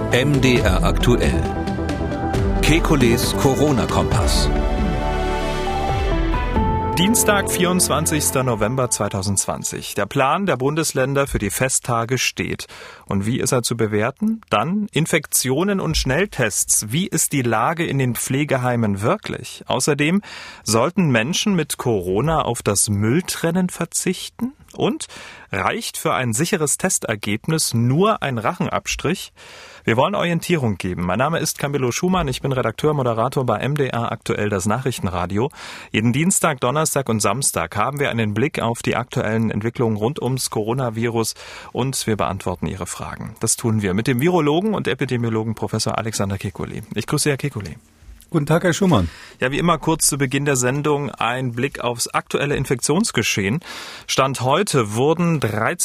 MDR aktuell. Kekules Corona-Kompass. Dienstag, 24. November 2020. Der Plan der Bundesländer für die Festtage steht. Und wie ist er zu bewerten? Dann Infektionen und Schnelltests. Wie ist die Lage in den Pflegeheimen wirklich? Außerdem sollten Menschen mit Corona auf das Mülltrennen verzichten? Und reicht für ein sicheres Testergebnis nur ein Rachenabstrich? Wir wollen Orientierung geben. Mein Name ist Camillo Schumann. Ich bin Redakteur, Moderator bei MDR aktuell, das Nachrichtenradio. Jeden Dienstag, Donnerstag und Samstag haben wir einen Blick auf die aktuellen Entwicklungen rund ums Coronavirus und wir beantworten Ihre Fragen. Das tun wir mit dem Virologen und Epidemiologen Professor Alexander Kekulé. Ich grüße Herr Kekulé. Guten Tag, Herr Schumann. Ja, wie immer kurz zu Beginn der Sendung ein Blick aufs aktuelle Infektionsgeschehen. Stand heute wurden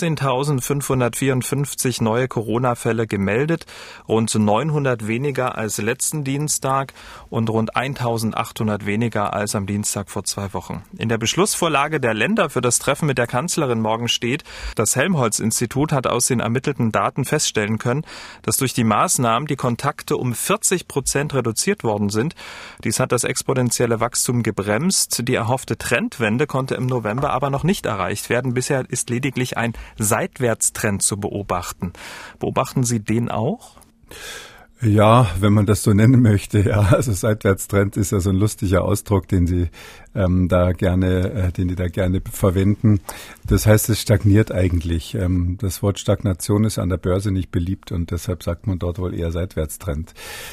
13.554 neue Corona-Fälle gemeldet, rund 900 weniger als letzten Dienstag und rund 1.800 weniger als am Dienstag vor 2 Wochen. In der Beschlussvorlage der Länder für das Treffen mit der Kanzlerin morgen steht, das Helmholtz-Institut hat aus den ermittelten Daten feststellen können, dass durch die Maßnahmen die Kontakte um 40% reduziert worden sind. Dies hat das exponentielle Wachstum gebremst. Die erhoffte Trendwende konnte im November aber noch nicht erreicht werden. Bisher ist lediglich ein Seitwärtstrend zu beobachten. Beobachten Sie den auch? Ja, wenn man das so nennen möchte, ja. Also Seitwärtstrend ist ja so ein lustiger Ausdruck, den die da gerne verwenden. Das heißt, es stagniert eigentlich. Das Wort Stagnation ist an der Börse nicht beliebt und deshalb sagt man dort wohl eher Seitwärtstrend.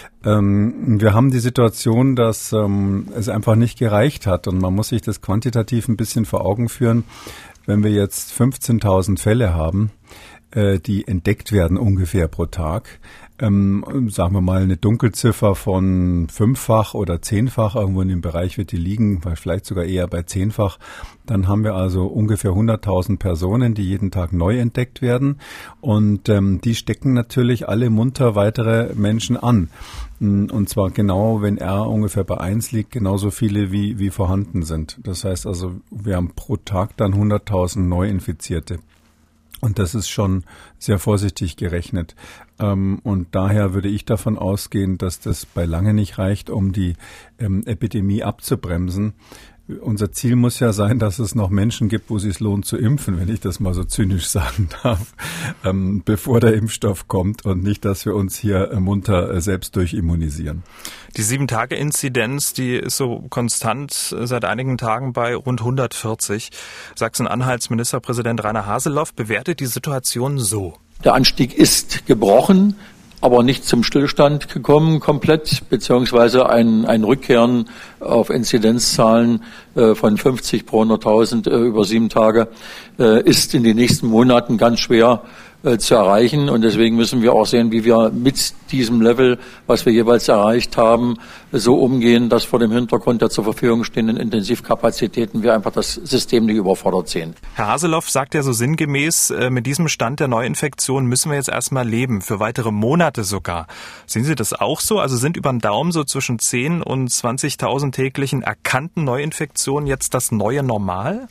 Wir haben die Situation, dass es einfach nicht gereicht hat und man muss sich das quantitativ ein bisschen vor Augen führen. Wenn wir jetzt 15.000 Fälle haben, die entdeckt werden ungefähr pro Tag, sagen wir mal eine Dunkelziffer von 5-fach oder 10-fach, irgendwo in dem Bereich wird die liegen, vielleicht sogar eher bei 10-fach, dann haben wir also ungefähr 100.000 Personen, die jeden Tag neu entdeckt werden und die stecken natürlich alle munter weitere Menschen an. Und zwar genau, wenn R ungefähr bei 1 liegt, genauso viele wie vorhanden sind. Das heißt also, wir haben pro Tag dann 100.000 Neuinfizierte. Und das ist schon sehr vorsichtig gerechnet. Und daher würde ich davon ausgehen, dass das beilange nicht reicht, um die Epidemie abzubremsen. Unser Ziel muss ja sein, dass es noch Menschen gibt, wo es sich lohnt zu impfen, wenn ich das mal so zynisch sagen darf, bevor der Impfstoff kommt und nicht, dass wir uns hier munter selbst durchimmunisieren. Die 7-Tage-Inzidenz, die ist so konstant seit einigen Tagen bei rund 140. Sachsen-Anhalts Ministerpräsident Rainer Haseloff bewertet die Situation so. Der Anstieg ist gebrochen, aber nicht zum Stillstand gekommen komplett, beziehungsweise ein Rückkehren auf Inzidenzzahlen von 50 pro 100.000 über 7 Tage ist in den nächsten Monaten ganz schwer zu erreichen. Und deswegen müssen wir auch sehen, wie wir mit diesem Level, was wir jeweils erreicht haben, so umgehen, dass vor dem Hintergrund der zur Verfügung stehenden Intensivkapazitäten wir einfach das System nicht überfordert sehen. Herr Haseloff sagt ja so sinngemäß, mit diesem Stand der Neuinfektion müssen wir jetzt erstmal leben, für weitere Monate sogar. Sehen Sie das auch so? Also sind über den Daumen so zwischen 10.000 und 20.000 täglichen erkannten Neuinfektionen jetzt das neue Normal?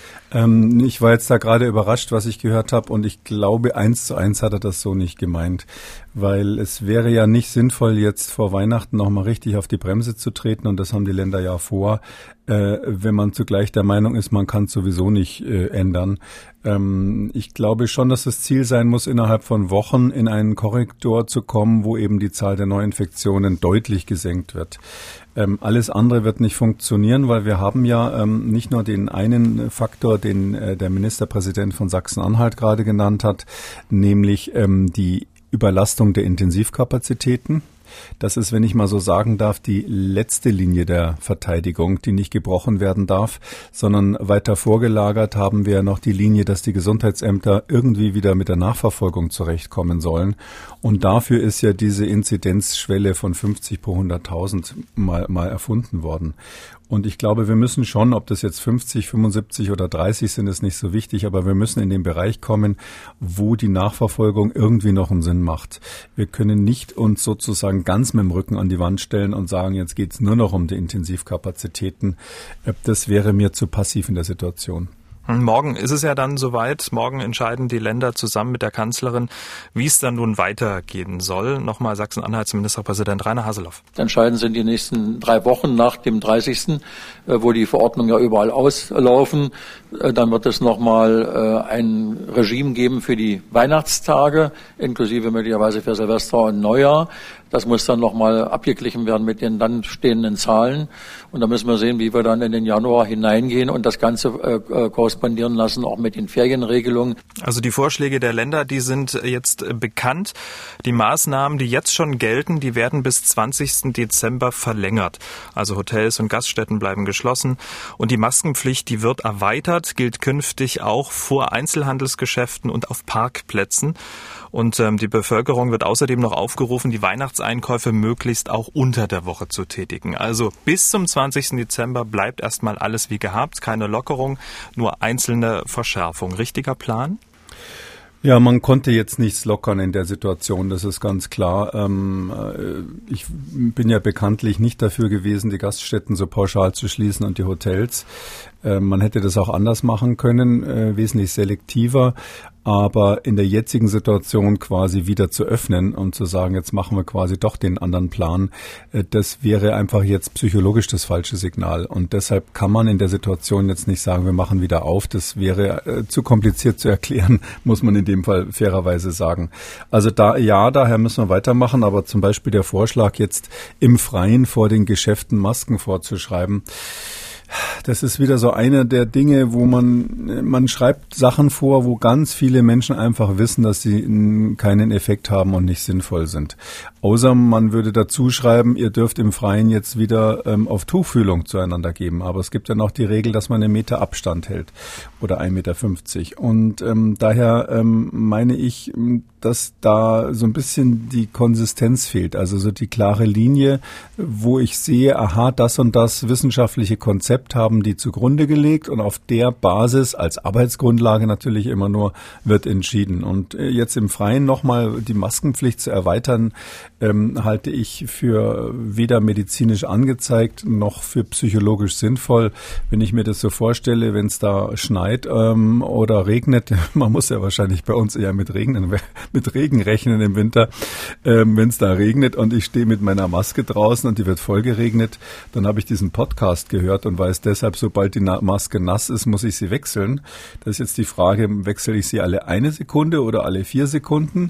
Ich war jetzt da gerade überrascht, was ich gehört habe und ich glaube, 1:1 hat er das so nicht gemeint, weil es wäre ja nicht sinnvoll, jetzt vor Weihnachten nochmal richtig auf die Bremse zu treten und das haben die Länder ja vor, wenn man zugleich der Meinung ist, man kann es sowieso nicht ändern. Ich glaube schon, dass das Ziel sein muss, innerhalb von Wochen in einen Korridor zu kommen, wo eben die Zahl der Neuinfektionen deutlich gesenkt wird. Alles andere wird nicht funktionieren, weil wir haben ja nicht nur den einen Faktor, den der Ministerpräsident von Sachsen-Anhalt gerade genannt hat, nämlich die Überlastung der Intensivkapazitäten. Das ist, wenn ich mal so sagen darf, die letzte Linie der Verteidigung, die nicht gebrochen werden darf, sondern weiter vorgelagert haben wir noch die Linie, dass die Gesundheitsämter irgendwie wieder mit der Nachverfolgung zurechtkommen sollen. Und dafür ist ja diese Inzidenzschwelle von 50 pro 100.000 mal erfunden worden. Und ich glaube, wir müssen schon, ob das jetzt 50, 75 oder 30 sind, ist nicht so wichtig, aber wir müssen in den Bereich kommen, wo die Nachverfolgung irgendwie noch einen Sinn macht. Wir können nicht uns sozusagen ganz mit dem Rücken an die Wand stellen und sagen, jetzt geht's nur noch um die Intensivkapazitäten. Das wäre mir zu passiv in der Situation. Morgen ist es ja dann soweit. Morgen entscheiden die Länder zusammen mit der Kanzlerin, wie es dann nun weitergehen soll. Nochmal Sachsen-Anhalts Ministerpräsident Rainer Haseloff. Entscheidend sind die nächsten 3 Wochen nach dem 30., wo die Verordnungen ja überall auslaufen. Dann wird es nochmal ein Regime geben für die Weihnachtstage, inklusive möglicherweise für Silvester und Neujahr. Das muss dann nochmal abgeglichen werden mit den dann stehenden Zahlen. Und da müssen wir sehen, wie wir dann in den Januar hineingehen und das Ganze korrespondieren lassen, auch mit den Ferienregelungen. Also die Vorschläge der Länder, die sind jetzt bekannt. Die Maßnahmen, die jetzt schon gelten, die werden bis 20. Dezember verlängert. Also Hotels und Gaststätten bleiben geschlossen. Und die Maskenpflicht, die wird erweitert, gilt künftig auch vor Einzelhandelsgeschäften und auf Parkplätzen. Und die Bevölkerung wird außerdem noch aufgerufen, die Weihnachtseinkäufe möglichst auch unter der Woche zu tätigen. Also bis zum 20. Dezember bleibt erstmal alles wie gehabt, keine Lockerung, nur einzelne Verschärfung. Richtiger Plan? Ja, man konnte jetzt nichts lockern in der Situation, das ist ganz klar. Ich bin ja bekanntlich nicht dafür gewesen, die Gaststätten so pauschal zu schließen und die Hotels. Man hätte das auch anders machen können, wesentlich selektiver. Aber in der jetzigen Situation quasi wieder zu öffnen und zu sagen, jetzt machen wir quasi doch den anderen Plan, das wäre einfach jetzt psychologisch das falsche Signal. Und deshalb kann man in der Situation jetzt nicht sagen, wir machen wieder auf. Das wäre zu kompliziert zu erklären, muss man in dem Fall fairerweise sagen. Also daher müssen wir weitermachen. Aber zum Beispiel der Vorschlag, jetzt im Freien vor den Geschäften Masken vorzuschreiben, das ist wieder so eine der Dinge, wo man schreibt Sachen vor, wo ganz viele Menschen einfach wissen, dass sie keinen Effekt haben und nicht sinnvoll sind. Außer man würde dazu schreiben, ihr dürft im Freien jetzt wieder auf Tuchfühlung zueinander geben. Aber es gibt ja noch die Regel, dass man 1 Meter Abstand hält oder 1,50 Meter. Und daher meine ich, dass da so ein bisschen die Konsistenz fehlt. Also so die klare Linie, wo ich sehe, aha, das und das wissenschaftliche Konzept haben die zugrunde gelegt und auf der Basis als Arbeitsgrundlage natürlich immer nur wird entschieden. Und jetzt im Freien nochmal die Maskenpflicht zu erweitern, halte ich für weder medizinisch angezeigt noch für psychologisch sinnvoll. Wenn ich mir das so vorstelle, wenn es da schneit oder regnet, man muss ja wahrscheinlich bei uns eher mit Regen rechnen im Winter, wenn es da regnet und ich stehe mit meiner Maske draußen und die wird voll geregnet, dann habe ich diesen Podcast gehört und weiß deshalb, sobald die Maske nass ist, muss ich sie wechseln. Das ist jetzt die Frage, wechsle ich sie alle 1 Sekunde oder alle 4 Sekunden?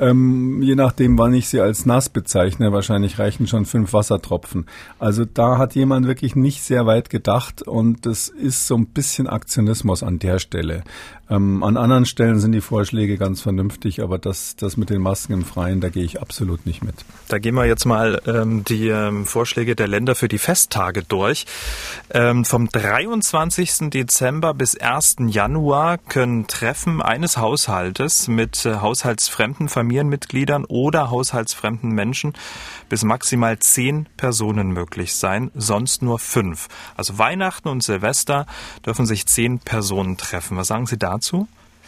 Je nachdem, wann ich sie als nass bezeichne, wahrscheinlich reichen schon 5 Wassertropfen. Also da hat jemand wirklich nicht sehr weit gedacht und das ist so ein bisschen Aktionismus an der Stelle. An anderen Stellen sind die Vorschläge ganz vernünftig, aber das mit den Masken im Freien, da gehe ich absolut nicht mit. Da gehen wir jetzt mal die Vorschläge der Länder für die Festtage durch. Vom 23. Dezember bis 1. Januar können Treffen eines Haushaltes mit haushaltsfremden Familienmitgliedern oder haushaltsfremden Menschen bis maximal 10 Personen möglich sein, sonst nur 5. Also Weihnachten und Silvester dürfen sich 10 Personen treffen. Was sagen Sie dazu?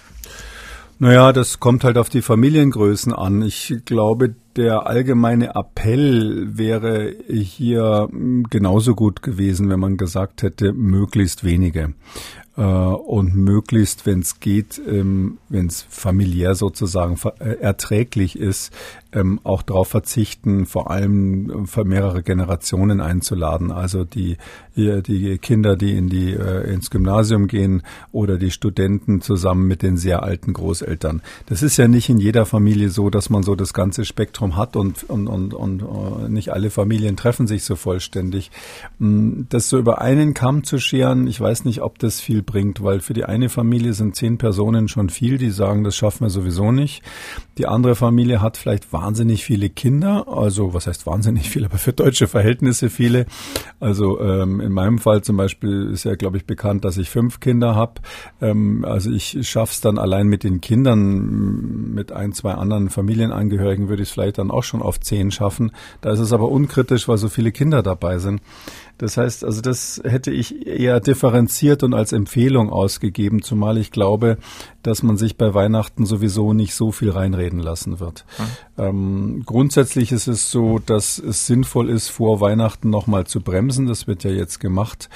Naja, das kommt halt auf die Familiengrößen an. Ich glaube, der allgemeine Appell wäre hier genauso gut gewesen, wenn man gesagt hätte, möglichst wenige. Und möglichst, wenn es geht, wenn es familiär sozusagen erträglich ist, auch darauf verzichten, vor allem für mehrere Generationen einzuladen. Also die Kinder, die ins Gymnasium gehen oder die Studenten zusammen mit den sehr alten Großeltern. Das ist ja nicht in jeder Familie so, dass man so das ganze Spektrum hat und nicht alle Familien treffen sich so vollständig. Das so über einen Kamm zu scheren, ich weiß nicht, ob das viel bringt, weil für die eine Familie sind 10 Personen schon viel, die sagen, das schaffen wir sowieso nicht. Die andere Familie hat vielleicht wahnsinnig viele Kinder, also was heißt wahnsinnig viel, aber für deutsche Verhältnisse viele. Also in meinem Fall zum Beispiel ist ja, glaube ich, bekannt, dass ich 5 Kinder habe. Also ich schaffe es dann allein mit den Kindern, mit 1, 2 anderen Familienangehörigen würde ich es vielleicht dann auch schon auf 10 schaffen. Da ist es aber unkritisch, weil so viele Kinder dabei sind. Das heißt, also das hätte ich eher differenziert und als Empfehlung ausgegeben, zumal ich glaube, dass man sich bei Weihnachten sowieso nicht so viel reinreden lassen wird. Grundsätzlich ist es so, dass es sinnvoll ist, vor Weihnachten nochmal zu bremsen. Das wird ja jetzt gemacht.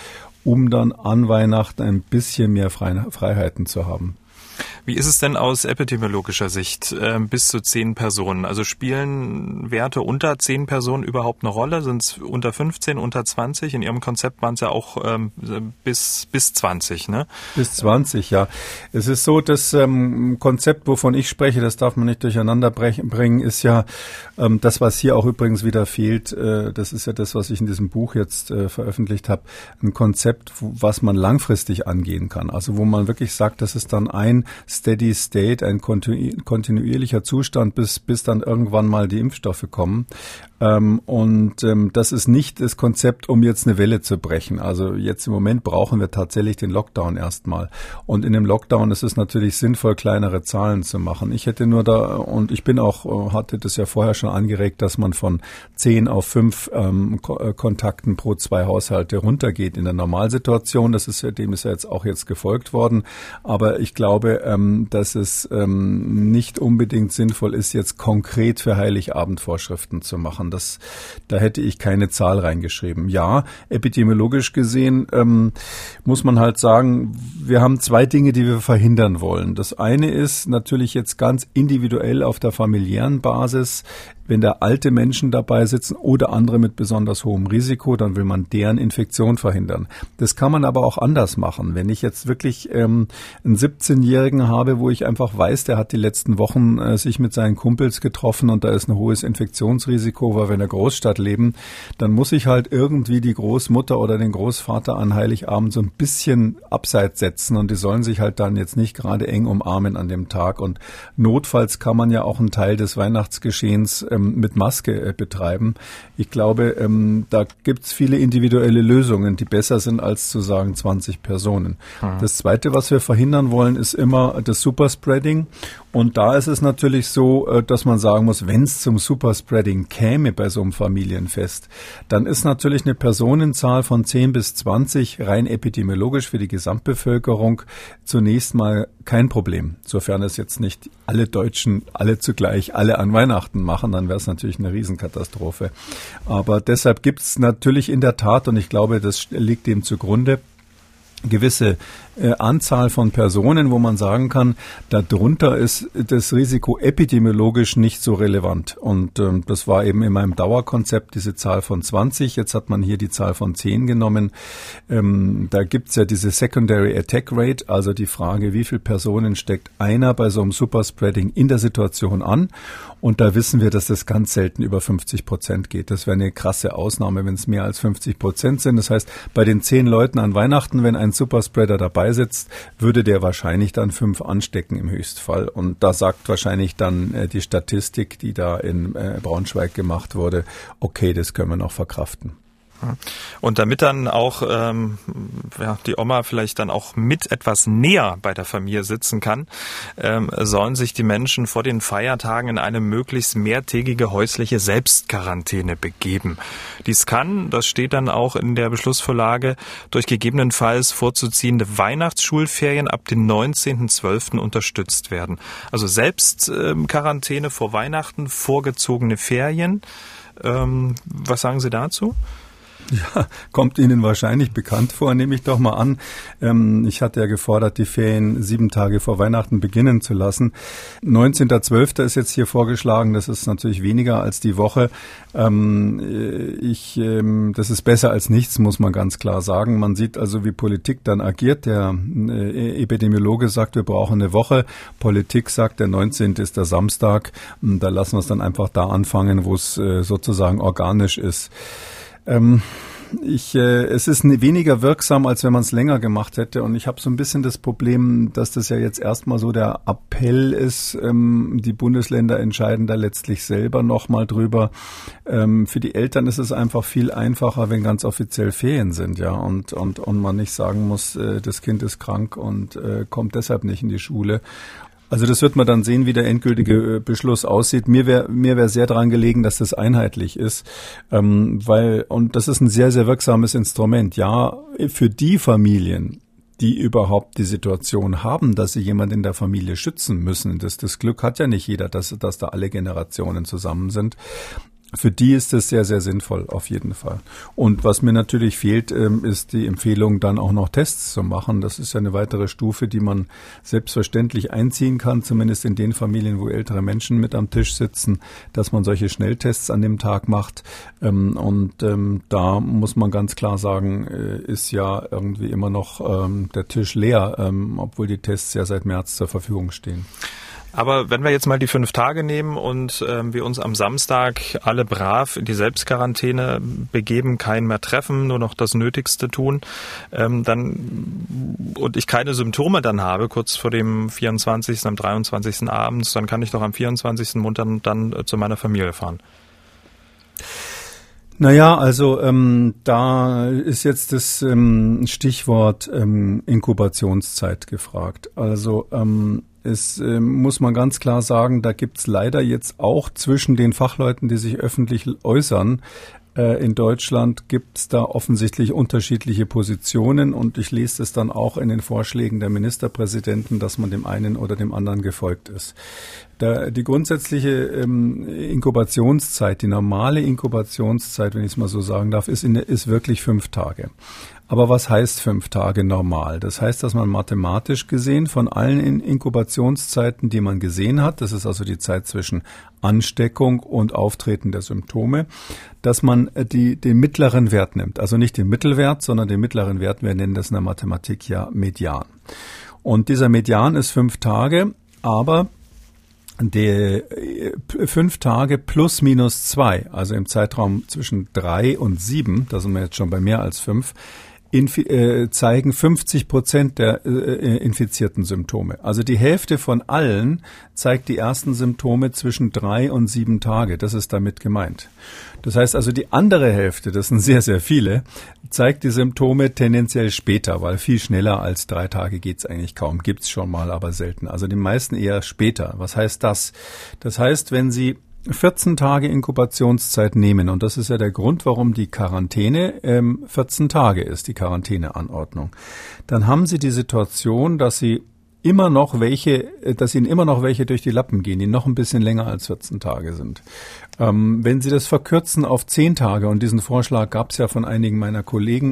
um dann an Weihnachten ein bisschen mehr Freiheiten zu haben. Wie ist es denn aus epidemiologischer Sicht bis zu 10 Personen? Also spielen Werte unter 10 Personen überhaupt eine Rolle? Sind es unter 15, unter 20? In Ihrem Konzept waren es ja auch bis 20, ne? Bis 20, ja. Es ist so, das Konzept, wovon ich spreche, das darf man nicht durcheinander bringen, ist ja das, was hier auch übrigens wieder fehlt. Das ist ja das, was ich in diesem Buch jetzt veröffentlicht habe. Ein Konzept, was man langfristig angehen kann. Also wo man wirklich sagt, das ist dann ein Steady State, ein kontinuierlicher Zustand, bis dann irgendwann mal die Impfstoffe kommen. Das ist nicht das Konzept, um jetzt eine Welle zu brechen. Also jetzt im Moment brauchen wir tatsächlich den Lockdown erstmal. Und in dem Lockdown ist es natürlich sinnvoll, kleinere Zahlen zu machen. Ich hätte nur hatte das ja vorher schon angeregt, dass man von 10 auf 5 Kontakten pro 2 Haushalte runtergeht in der Normalsituation. Dem ist ja jetzt gefolgt worden. Aber ich glaube, dass es nicht unbedingt sinnvoll ist, jetzt konkret für Heiligabend Vorschriften zu machen. Da hätte ich keine Zahl reingeschrieben. Ja, epidemiologisch gesehen muss man halt sagen, wir haben 2 Dinge, die wir verhindern wollen. Das eine ist natürlich jetzt ganz individuell auf der familiären Basis, wenn da alte Menschen dabei sitzen oder andere mit besonders hohem Risiko, dann will man deren Infektion verhindern. Das kann man aber auch anders machen. Wenn ich jetzt wirklich einen 17-Jährigen habe, wo ich einfach weiß, der hat die letzten Wochen sich mit seinen Kumpels getroffen und da ist ein hohes Infektionsrisiko, weil wir in der Großstadt leben, dann muss ich halt irgendwie die Großmutter oder den Großvater an Heiligabend so ein bisschen abseits setzen und die sollen sich halt dann jetzt nicht gerade eng umarmen an dem Tag. Und notfalls kann man ja auch einen Teil des Weihnachtsgeschehens mit Maske betreiben. Ich glaube, da gibt's viele individuelle Lösungen, die besser sind, als zu sagen 20 Personen. Das Zweite, was wir verhindern wollen, ist immer das Superspreading. Und da ist es natürlich so, dass man sagen muss, wenn es zum Superspreading käme bei so einem Familienfest, dann ist natürlich eine Personenzahl von 10 bis 20 rein epidemiologisch für die Gesamtbevölkerung zunächst mal kein Problem. Sofern es jetzt nicht alle Deutschen alle zugleich alle an Weihnachten machen, dann wäre es natürlich eine Riesenkatastrophe. Aber deshalb gibt es natürlich in der Tat, und ich glaube, das liegt dem zugrunde, gewisse Anzahl von Personen, wo man sagen kann, darunter ist das Risiko epidemiologisch nicht so relevant. Und das war eben in meinem Dauerkonzept diese Zahl von 20. Jetzt hat man hier die Zahl von 10 genommen. Da gibt's ja diese Secondary Attack Rate, also die Frage, wie viele Personen steckt einer bei so einem Superspreading in der Situation an. Und da wissen wir, dass das ganz selten über 50% geht. Das wäre eine krasse Ausnahme, wenn es mehr als 50% sind. Das heißt, bei den 10 Leuten an Weihnachten, wenn ein Superspreader dabei sitzt, würde der wahrscheinlich dann 5 anstecken im Höchstfall. Und da sagt wahrscheinlich dann die Statistik, die da in Braunschweig gemacht wurde, okay, das können wir noch verkraften. Und damit dann auch die Oma vielleicht dann auch mit etwas näher bei der Familie sitzen kann, sollen sich die Menschen vor den Feiertagen in eine möglichst mehrtägige häusliche Selbstquarantäne begeben. Dies kann, das steht dann auch in der Beschlussvorlage, durch gegebenenfalls vorzuziehende Weihnachtsschulferien ab dem 19.12. unterstützt werden. Also Selbstquarantäne vor Weihnachten, vorgezogene Ferien. Was sagen Sie dazu? Ja, kommt Ihnen wahrscheinlich bekannt vor. Nehme ich doch mal an. Ich hatte ja gefordert, die Ferien 7 Tage vor Weihnachten beginnen zu lassen. 19.12. ist jetzt hier vorgeschlagen. Das ist natürlich weniger als die Woche. Das ist besser als nichts, muss man ganz klar sagen. Man sieht also, wie Politik dann agiert. Der Epidemiologe sagt, wir brauchen eine Woche. Politik sagt, der 19. ist der Samstag. Da lassen wir es dann einfach da anfangen, wo es sozusagen organisch ist. Es ist weniger wirksam, als wenn man es länger gemacht hätte. Und ich habe so ein bisschen das Problem, dass das ja jetzt erstmal so der Appell ist. Die Bundesländer entscheiden da letztlich selber nochmal drüber. Für die Eltern ist es einfach viel einfacher, wenn ganz offiziell Ferien sind, ja. Und man nicht sagen muss, das Kind ist krank und kommt deshalb nicht in die Schule. Also das wird man dann sehen, wie der endgültige Beschluss aussieht. Mir wäre sehr daran gelegen, dass das einheitlich ist, und das ist ein sehr, sehr wirksames Instrument. Ja, für die Familien, die überhaupt die Situation haben, dass sie jemand in der Familie schützen müssen. Das Glück hat ja nicht jeder, dass da alle Generationen zusammen sind. Für die ist es sehr, sehr sinnvoll, auf jeden Fall. Und was mir natürlich fehlt, ist die Empfehlung, dann auch noch Tests zu machen. Das ist ja eine weitere Stufe, die man selbstverständlich einziehen kann, zumindest in den Familien, wo ältere Menschen mit am Tisch sitzen, dass man solche Schnelltests an dem Tag macht. Da muss man ganz klar sagen, ist ja irgendwie immer noch der Tisch leer, obwohl die Tests ja seit März zur Verfügung stehen. Aber wenn wir jetzt mal die 5 Tage nehmen und wir uns am Samstag alle brav in die Selbstquarantäne begeben, keinen mehr treffen, nur noch das Nötigste tun, und ich keine Symptome dann habe, kurz vor dem 24., am 23. abends, dann kann ich doch am 24. munter dann zu meiner Familie fahren. Naja, also da ist jetzt das Stichwort Inkubationszeit gefragt. Also es muss man ganz klar sagen, da gibt's leider jetzt auch zwischen den Fachleuten, die sich öffentlich äußern, in Deutschland gibt's da offensichtlich unterschiedliche Positionen und ich lese es dann auch in den Vorschlägen der Ministerpräsidenten, dass man dem einen oder dem anderen gefolgt ist. Die grundsätzliche Inkubationszeit, die normale Inkubationszeit, wenn ich es mal so sagen darf, ist wirklich 5 Tage. Aber was heißt 5 Tage normal? Das heißt, dass man mathematisch gesehen von allen Inkubationszeiten, die man gesehen hat, das ist also die Zeit zwischen Ansteckung und Auftreten der Symptome, dass man den mittleren Wert nimmt. Also nicht den Mittelwert, sondern den mittleren Wert. Wir nennen das in der Mathematik ja Median. Und dieser Median ist 5 Tage, aber die 5 Tage plus minus 2, also im Zeitraum zwischen 3 und 7, da sind wir jetzt schon bei mehr als 5, zeigen 50% der infizierten Symptome. Also die Hälfte von allen zeigt die ersten Symptome zwischen 3 und 7 Tage. Das ist damit gemeint. Das heißt also, die andere Hälfte, das sind sehr, sehr viele, zeigt die Symptome tendenziell später, weil viel schneller als 3 Tage geht's eigentlich kaum. Gibt's schon mal, aber selten. Also die meisten eher später. Was heißt das? Das heißt, wenn Sie 14 Tage Inkubationszeit nehmen, und das ist ja der Grund, warum die Quarantäne 14 Tage ist, die Quarantäneanordnung, dann haben Sie die Situation, dass Ihnen immer noch welche durch die Lappen gehen, die noch ein bisschen länger als 14 Tage sind. Wenn Sie das verkürzen auf 10 Tage, und diesen Vorschlag gab es ja von einigen meiner Kollegen,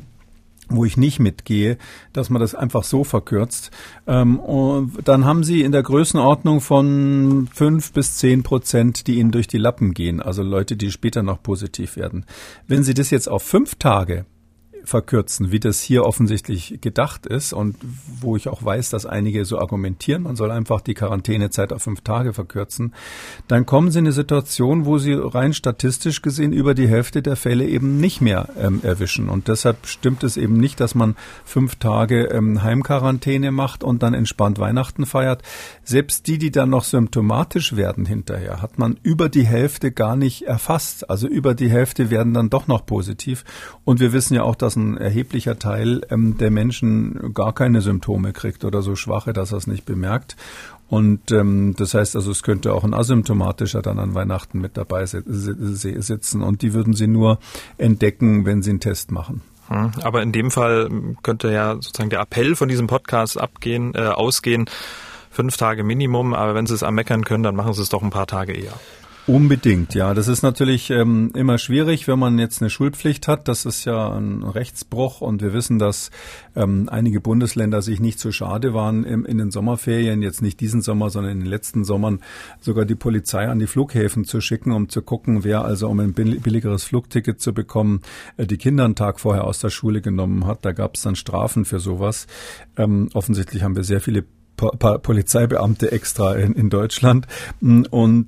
wo ich nicht mitgehe, dass man das einfach so verkürzt. Und dann haben Sie in der Größenordnung von 5-10%, die Ihnen durch die Lappen gehen, also Leute, die später noch positiv werden. Wenn Sie das jetzt auf 5 Tage verkürzen, wie das hier offensichtlich gedacht ist und wo ich auch weiß, dass einige so argumentieren, man soll einfach die Quarantänezeit auf 5 Tage verkürzen, dann kommen Sie in eine Situation, wo Sie rein statistisch gesehen über die Hälfte der Fälle eben nicht mehr erwischen. Und deshalb stimmt es eben nicht, dass man 5 Tage Heimquarantäne macht und dann entspannt Weihnachten feiert. Selbst die dann noch symptomatisch werden hinterher, hat man über die Hälfte gar nicht erfasst. Also über die Hälfte werden dann doch noch positiv. Und wir wissen ja auch, dass ein erheblicher Teil der Menschen gar keine Symptome kriegt oder so schwache, dass er es nicht bemerkt. Und das heißt also, es könnte auch ein asymptomatischer dann an Weihnachten mit dabei sitzen. Und die würden Sie nur entdecken, wenn Sie einen Test machen. Aber in dem Fall könnte ja sozusagen der Appell von diesem Podcast ausgehen, 5 Tage Minimum, aber wenn Sie es am Meckern können, dann machen Sie es doch ein paar Tage eher. Unbedingt, ja. Das ist natürlich immer schwierig, wenn man jetzt eine Schulpflicht hat. Das ist ja ein Rechtsbruch und wir wissen, dass einige Bundesländer sich nicht so schade waren, in den Sommerferien, jetzt nicht diesen Sommer, sondern in den letzten Sommern, sogar die Polizei an die Flughäfen zu schicken, um zu gucken, wer also, um ein billigeres Flugticket zu bekommen, die Kinder einen Tag vorher aus der Schule genommen hat. Da gab es dann Strafen für sowas. Offensichtlich haben wir sehr viele Polizeibeamte extra in Deutschland. Und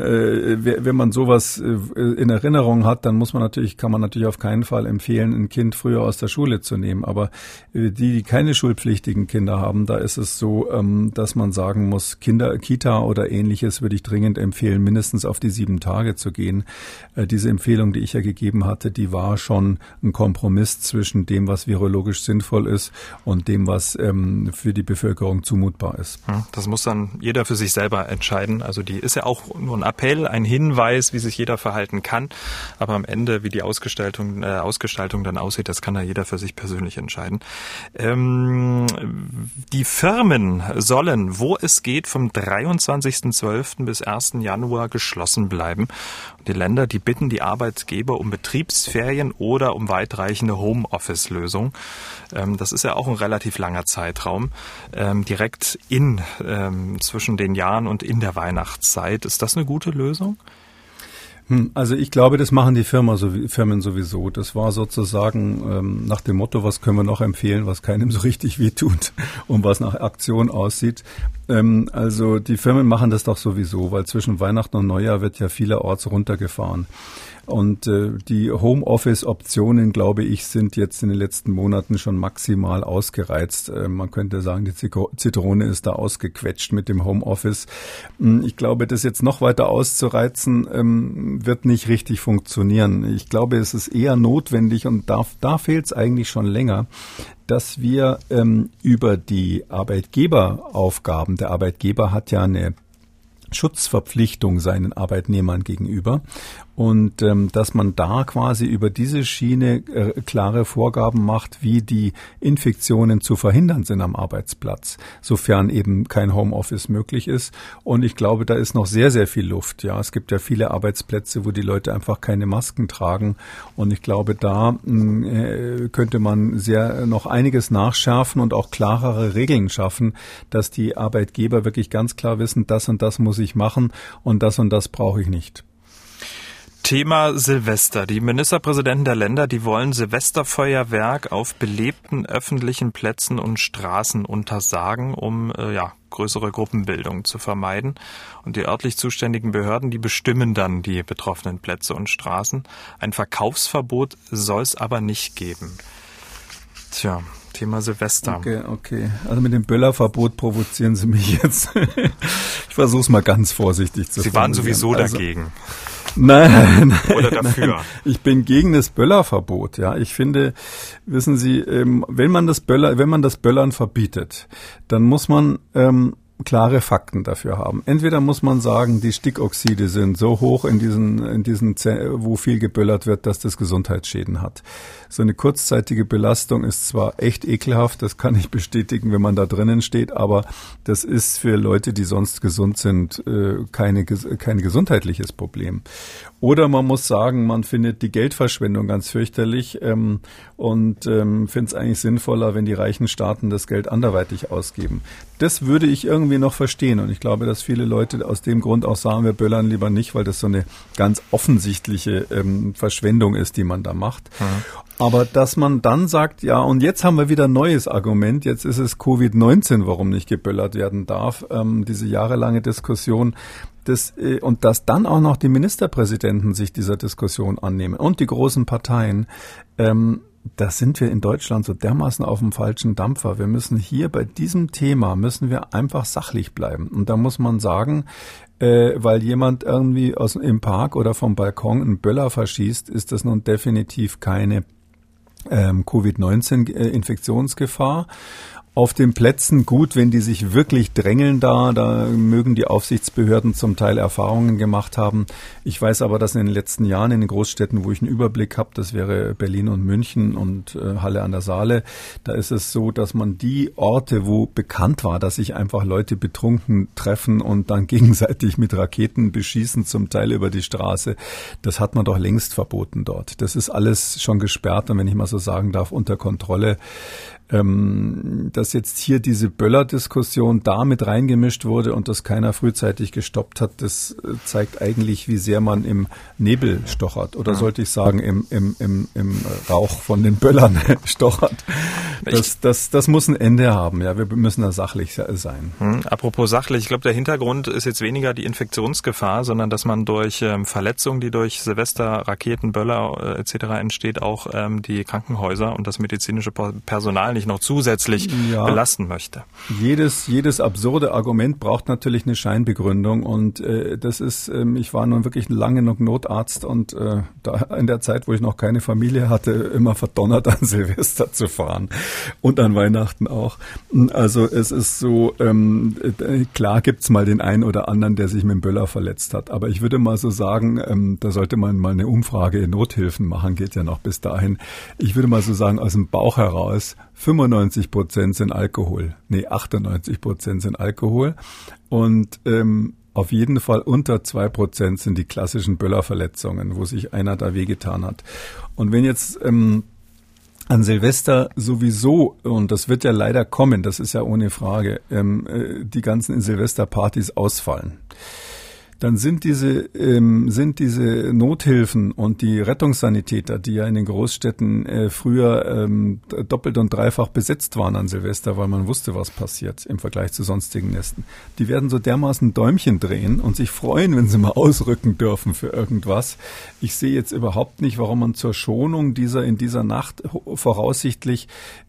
wenn man sowas in Erinnerung hat, dann kann man natürlich auf keinen Fall empfehlen, ein Kind früher aus der Schule zu nehmen. Aber die keine schulpflichtigen Kinder haben, da ist es so, dass man sagen muss, Kita oder Ähnliches würde ich dringend empfehlen, mindestens auf die 7 Tage zu gehen. Diese Empfehlung, die ich ja gegeben hatte, die war schon ein Kompromiss zwischen dem, was virologisch sinnvoll ist und dem, was für die Bevölkerung zumutbar haltbar ist. Das muss dann jeder für sich selber entscheiden. Also die ist ja auch nur ein Appell, ein Hinweis, wie sich jeder verhalten kann. Aber am Ende, wie die Ausgestaltung dann aussieht, das kann da jeder für sich persönlich entscheiden. Die Firmen sollen, wo es geht, vom 23.12. bis 1. Januar geschlossen bleiben. Und die Länder, die bitten die Arbeitgeber um Betriebsferien oder um weitreichende Homeoffice-Lösungen. Das ist ja auch ein relativ langer Zeitraum, direkt zwischen den Jahren und in der Weihnachtszeit. Ist das eine gute Lösung? Also ich glaube, das machen die Firmen sowieso. Das war sozusagen nach dem Motto, was können wir noch empfehlen, was keinem so richtig wehtut und was nach Aktion aussieht. Also die Firmen machen das doch sowieso, weil zwischen Weihnachten und Neujahr wird ja vielerorts runtergefahren. Und die Homeoffice-Optionen, glaube ich, sind jetzt in den letzten Monaten schon maximal ausgereizt. Man könnte sagen, die Zitrone ist da ausgequetscht mit dem Homeoffice. Ich glaube, das jetzt noch weiter auszureizen, wird nicht richtig funktionieren. Ich glaube, es ist eher notwendig und da fehlt es eigentlich schon länger, dass wir über die Arbeitgeberaufgaben, der Arbeitgeber hat ja eine Schutzverpflichtung seinen Arbeitnehmern gegenüber und dass man da quasi über diese Schiene klare Vorgaben macht, wie die Infektionen zu verhindern sind am Arbeitsplatz, sofern eben kein Homeoffice möglich ist. Und ich glaube, da ist noch sehr, sehr viel Luft. Ja, es gibt ja viele Arbeitsplätze, wo die Leute einfach keine Masken tragen. Und ich glaube, da könnte man noch einiges nachschärfen und auch klarere Regeln schaffen, dass die Arbeitgeber wirklich ganz klar wissen, das und das muss ich machen und das brauche ich nicht. Thema Silvester. Die Ministerpräsidenten der Länder, die wollen Silvesterfeuerwerk auf belebten öffentlichen Plätzen und Straßen untersagen, um größere Gruppenbildung zu vermeiden. Und die örtlich zuständigen Behörden, die bestimmen dann die betroffenen Plätze und Straßen. Ein Verkaufsverbot soll es aber nicht geben. Tja, Thema Silvester. Okay. Also mit dem Böllerverbot provozieren Sie mich jetzt. Ich versuche es mal ganz vorsichtig zu Sie waren sowieso dagegen. Nein. Oder dafür? Nein. Ich bin gegen das Böllerverbot. Ja, ich finde, wissen Sie, wenn man das Böllern verbietet, dann muss man klare Fakten dafür haben. Entweder muss man sagen, die Stickoxide sind so hoch in diesen wo viel geböllert wird, dass das Gesundheitsschäden hat. So eine kurzzeitige Belastung ist zwar echt ekelhaft, das kann ich bestätigen, wenn man da drinnen steht, aber das ist für Leute, die sonst gesund sind, kein gesundheitliches Problem. Oder man muss sagen, man findet die Geldverschwendung ganz fürchterlich und findet es eigentlich sinnvoller, wenn die reichen Staaten das Geld anderweitig ausgeben. Das würde ich irgendwie noch verstehen und ich glaube, dass viele Leute aus dem Grund auch sagen, wir böllern lieber nicht, weil das so eine ganz offensichtliche Verschwendung ist, die man da macht. Mhm. Aber dass man dann sagt, ja, und jetzt haben wir wieder ein neues Argument, jetzt ist es Covid-19, warum nicht geböllert werden darf, diese jahrelange Diskussion, und dass dann auch noch die Ministerpräsidenten sich dieser Diskussion annehmen und die großen Parteien, da sind wir in Deutschland so dermaßen auf dem falschen Dampfer. Wir müssen hier bei diesem Thema, einfach sachlich bleiben. Und da muss man sagen, weil jemand irgendwie im Park oder vom Balkon einen Böller verschießt, ist das nun definitiv keine Covid-19-Infektionsgefahr. Auf den Plätzen gut, wenn die sich wirklich drängeln da mögen die Aufsichtsbehörden zum Teil Erfahrungen gemacht haben. Ich weiß aber, dass in den letzten Jahren in den Großstädten, wo ich einen Überblick habe, das wäre Berlin und München und Halle an der Saale, da ist es so, dass man die Orte, wo bekannt war, dass sich einfach Leute betrunken treffen und dann gegenseitig mit Raketen beschießen, zum Teil über die Straße, das hat man doch längst verboten dort. Das ist alles schon gesperrt und wenn ich mal so sagen darf, unter Kontrolle. Dass jetzt hier diese Böller-Diskussion da mit reingemischt wurde und das keiner frühzeitig gestoppt hat, das zeigt eigentlich, wie sehr man im Nebel stochert. Oder sollte ich sagen, im Rauch von den Böllern stochert. Das muss ein Ende haben. Ja, wir müssen da sachlich sein. Apropos sachlich, ich glaube, der Hintergrund ist jetzt weniger die Infektionsgefahr, sondern dass man durch Verletzungen, die durch Silvester, Raketen, Böller etc. entsteht, auch die Krankenhäuser und das medizinische Personal nicht nicht noch zusätzlich belasten möchte. Jedes absurde Argument braucht natürlich eine Scheinbegründung und das ist, ich war nun wirklich lange noch Notarzt und da in der Zeit, wo ich noch keine Familie hatte, immer verdonnert an Silvester zu fahren und an Weihnachten auch. Also es ist so, klar gibt's mal den einen oder anderen, der sich mit dem Böller verletzt hat, aber ich würde mal so sagen, da sollte man mal eine Umfrage in Nothilfen machen, geht ja noch bis dahin. Ich würde mal so sagen, aus dem Bauch heraus, 95% sind Alkohol. 98% sind Alkohol. Und auf jeden Fall unter 2% sind die klassischen Böllerverletzungen, wo sich einer da wehgetan hat. Und wenn jetzt an Silvester sowieso, und das wird ja leider kommen, das ist ja ohne Frage, die ganzen Silvesterpartys ausfallen, dann sind diese Nothilfen und die Rettungssanitäter, die ja in den Großstädten früher doppelt und dreifach besetzt waren an Silvester, weil man wusste, was passiert im Vergleich zu sonstigen Nächten, die werden so dermaßen Däumchen drehen und sich freuen, wenn sie mal ausrücken dürfen für irgendwas. Ich sehe jetzt überhaupt nicht, warum man zur Schonung in dieser Nacht voraussichtlich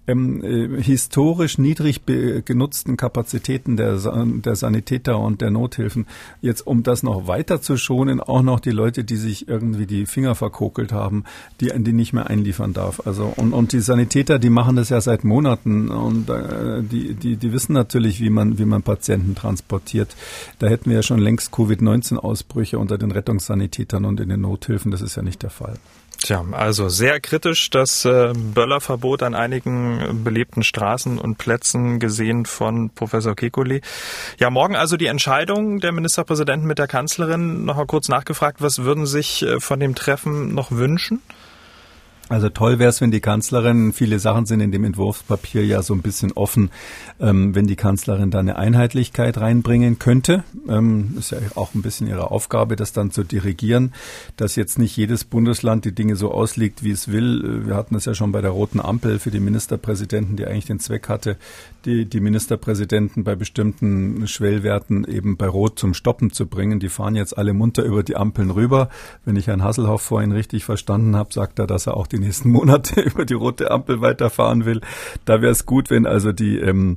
historisch niedrig genutzten Kapazitäten der Sanitäter und der Nothilfen, jetzt um das noch weiter zu schonen, auch noch die Leute, die sich irgendwie die Finger verkokelt haben, die nicht mehr einliefern darf. Also und die Sanitäter, die machen das ja seit Monaten und die wissen natürlich, wie man Patienten transportiert. Da hätten wir ja schon längst Covid-19-Ausbrüche unter den Rettungssanitätern und in den Nothilfen. Das ist ja nicht der Fall. Tja, also sehr kritisch das Böllerverbot an einigen belebten Straßen und Plätzen gesehen von Professor Kekulé. Ja, morgen also die Entscheidung der Ministerpräsidenten mit der Kanzlerin. Noch mal kurz nachgefragt, was würden Sie sich von dem Treffen noch wünschen? Also toll wäre es, wenn die Kanzlerin, viele Sachen sind in dem Entwurfspapier ja so ein bisschen offen, wenn die Kanzlerin da eine Einheitlichkeit reinbringen könnte. Ist ja auch ein bisschen ihre Aufgabe, das dann zu dirigieren, dass jetzt nicht jedes Bundesland die Dinge so auslegt, wie es will. Wir hatten das ja schon bei der roten Ampel für die Ministerpräsidenten, die eigentlich den Zweck hatte, die Ministerpräsidenten bei bestimmten Schwellwerten eben bei Rot zum Stoppen zu bringen. Die fahren jetzt alle munter über die Ampeln rüber. Wenn ich Herrn Hasselhoff vorhin richtig verstanden habe, sagt er, dass er auch die nächsten Monate über die rote Ampel weiterfahren will. Da wäre es gut, wenn also wenn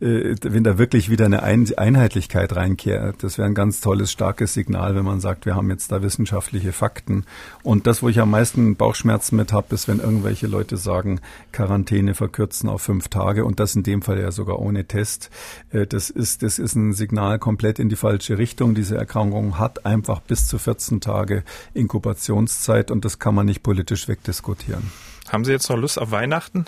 da wirklich wieder eine Einheitlichkeit reinkehrt. Das wäre ein ganz tolles, starkes Signal, wenn man sagt, wir haben jetzt da wissenschaftliche Fakten. Und das, wo ich am meisten Bauchschmerzen mit habe, ist, wenn irgendwelche Leute sagen, Quarantäne verkürzen auf 5 Tage und das in dem Fall ja sogar ohne Test. Das ist ein Signal komplett in die falsche Richtung. Diese Erkrankung hat einfach bis zu 14 Tage Inkubationszeit und das kann man nicht politisch wegdiskutieren. Haben Sie jetzt noch Lust auf Weihnachten?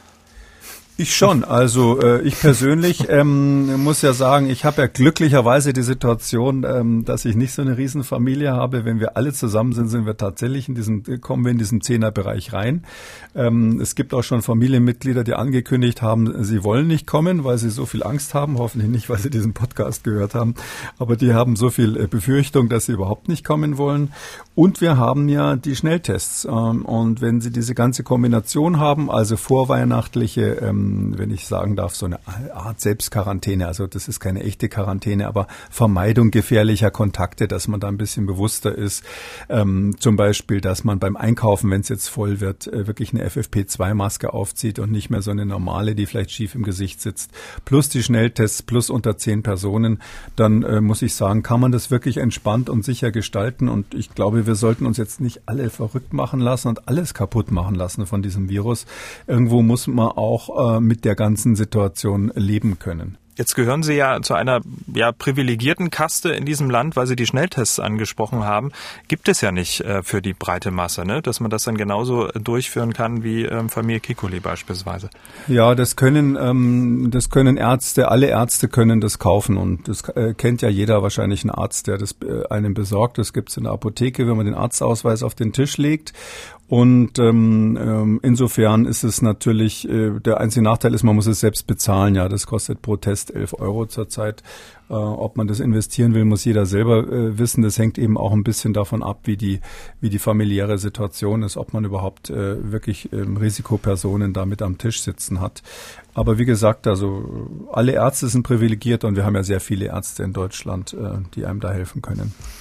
Ich schon. Also ich persönlich muss ja sagen, ich habe ja glücklicherweise die Situation, dass ich nicht so eine Riesenfamilie habe. Wenn wir alle zusammen sind, sind wir tatsächlich kommen wir in diesen 10er-Bereich rein. Es gibt auch schon Familienmitglieder, die angekündigt haben, sie wollen nicht kommen, weil sie so viel Angst haben. Hoffentlich nicht, weil sie diesen Podcast gehört haben. Aber die haben so viel Befürchtung, dass sie überhaupt nicht kommen wollen. Und wir haben ja die Schnelltests. Und wenn Sie diese ganze Kombination haben, also vorweihnachtliche wenn ich sagen darf, so eine Art Selbstquarantäne. Also das ist keine echte Quarantäne, aber Vermeidung gefährlicher Kontakte, dass man da ein bisschen bewusster ist. Zum Beispiel, dass man beim Einkaufen, wenn es jetzt voll wird, wirklich eine FFP2-Maske aufzieht und nicht mehr so eine normale, die vielleicht schief im Gesicht sitzt. Plus die Schnelltests, plus unter 10 Personen. Dann muss ich sagen, kann man das wirklich entspannt und sicher gestalten. Und ich glaube, wir sollten uns jetzt nicht alle verrückt machen lassen und alles kaputt machen lassen von diesem Virus. Irgendwo muss man auch mit der ganzen Situation leben können. Jetzt gehören Sie ja zu einer privilegierten Kaste in diesem Land, weil Sie die Schnelltests angesprochen haben. Gibt es ja nicht für die breite Masse, ne? Dass man das dann genauso durchführen kann wie Familie Kekulé beispielsweise. Ja, das können Ärzte, alle Ärzte können das kaufen und das kennt ja jeder wahrscheinlich einen Arzt, der das einem besorgt. Das gibt es in der Apotheke, wenn man den Arztausweis auf den Tisch legt. Und insofern ist es natürlich, der einzige Nachteil ist, man muss es selbst bezahlen. Ja, das kostet pro Test 11 € zurzeit. Ob man das investieren will, muss jeder selber wissen. Das hängt eben auch ein bisschen davon ab, wie die familiäre Situation ist, ob man überhaupt wirklich Risikopersonen da mit am Tisch sitzen hat. Aber wie gesagt, also alle Ärzte sind privilegiert und wir haben ja sehr viele Ärzte in Deutschland, die einem da helfen können.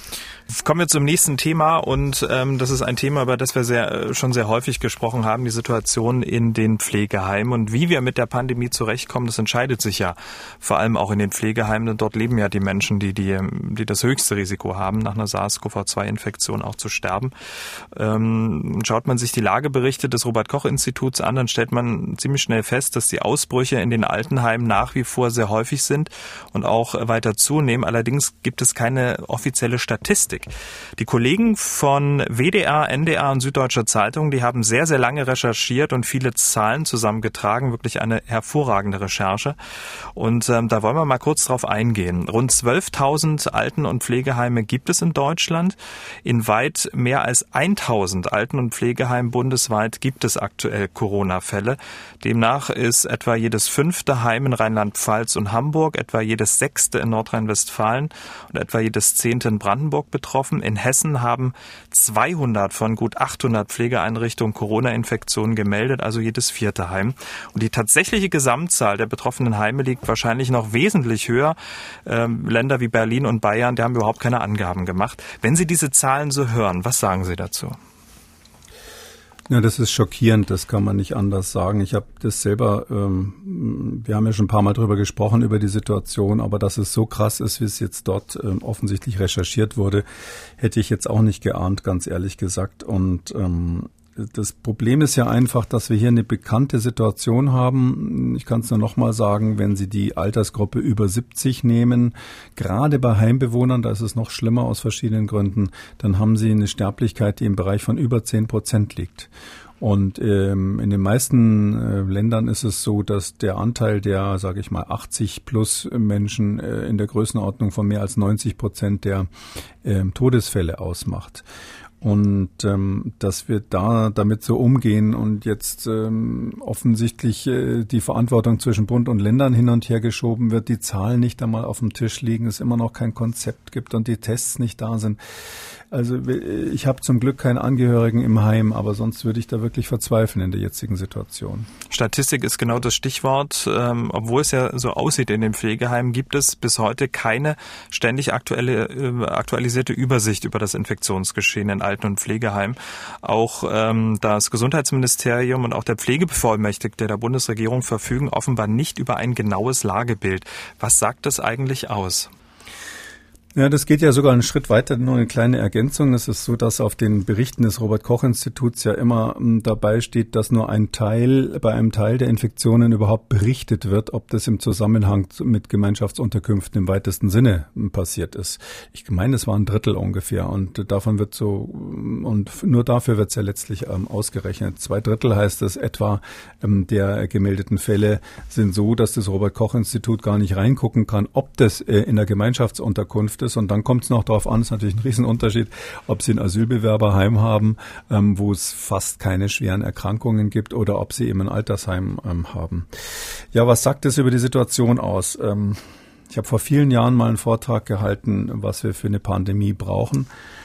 Kommen wir zum nächsten Thema und das ist ein Thema, über das wir schon sehr häufig gesprochen haben, die Situation in den Pflegeheimen und wie wir mit der Pandemie zurechtkommen. Das entscheidet sich ja vor allem auch in den Pflegeheimen, denn dort leben ja die Menschen, die das höchste Risiko haben, nach einer SARS-CoV-2-Infektion auch zu sterben. Schaut man sich die Lageberichte des Robert-Koch-Instituts an, dann stellt man ziemlich schnell fest, dass die Ausbrüche in den Altenheimen nach wie vor sehr häufig sind und auch weiter zunehmen. Allerdings gibt es keine offizielle Statistik. Die Kollegen von WDR, NDR und Süddeutscher Zeitung, die haben sehr, sehr lange recherchiert und viele Zahlen zusammengetragen. Wirklich eine hervorragende Recherche. Und da wollen wir mal kurz drauf eingehen. Rund 12.000 Alten- und Pflegeheime gibt es in Deutschland. In weit mehr als 1.000 Alten- und Pflegeheimen bundesweit gibt es aktuell Corona-Fälle. Demnach ist etwa jedes 5. Heim in Rheinland-Pfalz und Hamburg, etwa jedes 6. in Nordrhein-Westfalen und etwa jedes 10. in Brandenburg betroffen. In Hessen haben 200 von gut 800 Pflegeeinrichtungen Corona-Infektionen gemeldet, also jedes 4. Heim. Und die tatsächliche Gesamtzahl der betroffenen Heime liegt wahrscheinlich noch wesentlich höher. Länder wie Berlin und Bayern, die haben überhaupt keine Angaben gemacht. Wenn Sie diese Zahlen so hören, was sagen Sie dazu? Ja, das ist schockierend, das kann man nicht anders sagen. Ich habe das selber, wir haben ja schon ein paar Mal drüber gesprochen, über die Situation, aber dass es so krass ist, wie es jetzt dort offensichtlich recherchiert wurde, hätte ich jetzt auch nicht geahnt, ganz ehrlich gesagt. Und das Problem ist ja einfach, dass wir hier eine bekannte Situation haben. Ich kann es nur noch mal sagen, wenn Sie die Altersgruppe über 70 nehmen, gerade bei Heimbewohnern, da ist es noch schlimmer aus verschiedenen Gründen, dann haben Sie eine Sterblichkeit, die im Bereich von über 10% liegt. Und in den meisten Ländern ist es so, dass der Anteil der, sage ich mal, 80 plus Menschen in der Größenordnung von mehr als 90% der Todesfälle ausmacht. Und dass wir da damit so umgehen und jetzt offensichtlich die Verantwortung zwischen Bund und Ländern hin und her geschoben wird, die Zahlen nicht einmal auf dem Tisch liegen, es immer noch kein Konzept gibt und die Tests nicht da sind. Also ich habe zum Glück keine Angehörigen im Heim, aber sonst würde ich da wirklich verzweifeln in der jetzigen Situation. Statistik ist genau das Stichwort. Obwohl es ja so aussieht in den Pflegeheimen, gibt es bis heute keine ständig aktualisierte Übersicht über das Infektionsgeschehen in Alten- und Pflegeheimen. Auch das Gesundheitsministerium und auch der Pflegebevollmächtigte der Bundesregierung verfügen offenbar nicht über ein genaues Lagebild. Was sagt das eigentlich aus? Ja, das geht ja sogar einen Schritt weiter, nur eine kleine Ergänzung. Es ist so, dass auf den Berichten des Robert-Koch-Instituts ja immer dabei steht, dass nur bei einem Teil der Infektionen überhaupt berichtet wird, ob das im Zusammenhang mit Gemeinschaftsunterkünften im weitesten Sinne passiert ist. Ich meine, es war ein Drittel ungefähr und davon wird und nur dafür wird es ja letztlich ausgerechnet. 2/3 heißt es etwa der gemeldeten Fälle sind so, dass das Robert-Koch-Institut gar nicht reingucken kann, ob das in der Gemeinschaftsunterkunft ist. Und dann kommt es noch darauf an, ist natürlich ein Riesenunterschied, ob Sie ein Asylbewerberheim haben, wo es fast keine schweren Erkrankungen gibt oder ob Sie eben ein Altersheim haben. Ja, was sagt es über die Situation aus? Ich habe vor vielen Jahren mal einen Vortrag gehalten, was wir für eine Pandemie brauchen.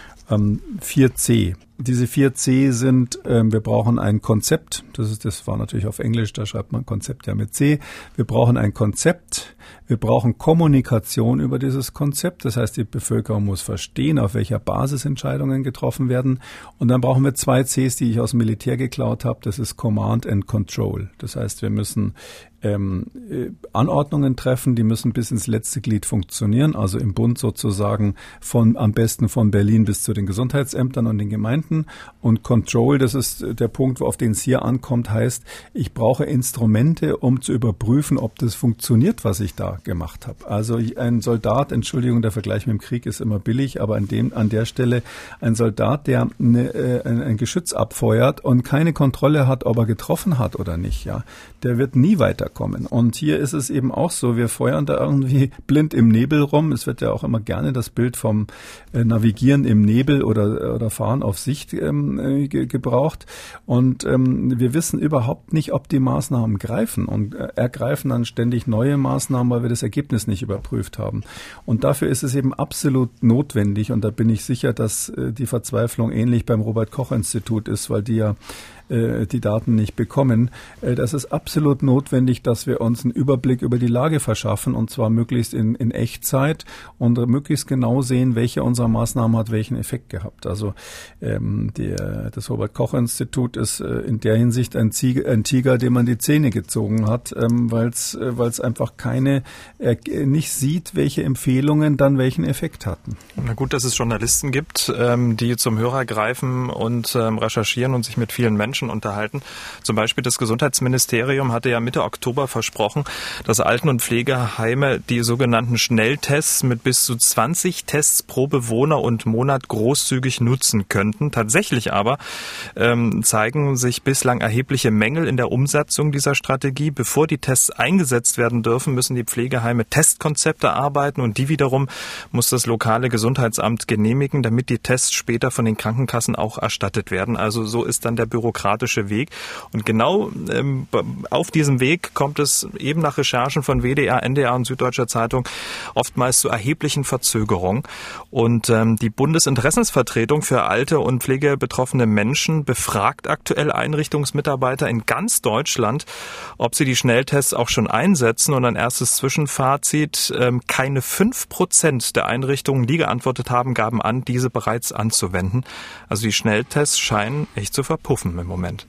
4C. Diese 4C sind, wir brauchen ein Konzept, das war natürlich auf Englisch, da schreibt man Konzept ja mit C. Wir brauchen ein Konzept, wir brauchen Kommunikation über dieses Konzept, das heißt, die Bevölkerung muss verstehen, auf welcher Basis Entscheidungen getroffen werden. Und dann brauchen wir 2 Cs, die ich aus dem Militär geklaut habe, das ist Command and Control. Das heißt, wir müssen Anordnungen treffen, die müssen bis ins letzte Glied funktionieren, also im Bund sozusagen am besten von Berlin bis zu den Gesundheitsämtern und den Gemeinden. Und Control, das ist der Punkt, auf den es hier ankommt, heißt, ich brauche Instrumente, um zu überprüfen, ob das funktioniert, was ich da gemacht habe. Also ein Soldat, Entschuldigung, der Vergleich mit dem Krieg ist immer billig, aber an der Stelle ein Soldat, der ein Geschütz abfeuert und keine Kontrolle hat, ob er getroffen hat oder nicht, ja, der wird nie weiterkommen. Und hier ist es eben auch so, wir feuern da irgendwie blind im Nebel rum. Es wird ja auch immer gerne das Bild vom Navigieren im Nebel oder Fahren auf Sicht gebraucht. Und wir wissen überhaupt nicht, ob die Maßnahmen greifen und ergreifen dann ständig neue Maßnahmen, weil wir das Ergebnis nicht überprüft haben. Und dafür ist es eben absolut notwendig und da bin ich sicher, dass die Verzweiflung ähnlich beim Robert-Koch-Institut ist, weil die ja die Daten nicht bekommen. Das ist absolut notwendig, dass wir uns einen Überblick über die Lage verschaffen, und zwar möglichst in Echtzeit und möglichst genau sehen, welche unserer Maßnahmen hat welchen Effekt gehabt. Also das Robert-Koch-Institut ist in der Hinsicht ein Tiger, dem man die Zähne gezogen hat, weil es einfach nicht sieht, welche Empfehlungen dann welchen Effekt hatten. Na gut, dass es Journalisten gibt, die zum Hörer greifen und recherchieren und sich mit vielen Menschen unterhalten. Zum Beispiel das Gesundheitsministerium hatte ja Mitte Oktober versprochen, dass Alten- und Pflegeheime die sogenannten Schnelltests mit bis zu 20 Tests pro Bewohner und Monat großzügig nutzen könnten. Tatsächlich aber zeigen sich bislang erhebliche Mängel in der Umsetzung dieser Strategie. Bevor die Tests eingesetzt werden dürfen, müssen die Pflegeheime Testkonzepte arbeiten und die wiederum muss das lokale Gesundheitsamt genehmigen, damit die Tests später von den Krankenkassen auch erstattet werden. Also so ist dann der bürokratische Weg. Und genau auf diesem Weg kommt es eben nach Recherchen von WDR, NDR und Süddeutscher Zeitung oftmals zu erheblichen Verzögerungen. Und die Bundesinteressensvertretung für alte und pflegebetroffene Menschen befragt aktuell Einrichtungsmitarbeiter in ganz Deutschland, ob sie die Schnelltests auch schon einsetzen. Und ein erstes Zwischenfazit: keine 5% der Einrichtungen, die geantwortet haben, gaben an, diese bereits anzuwenden. Also die Schnelltests scheinen echt zu verpuffen im Moment.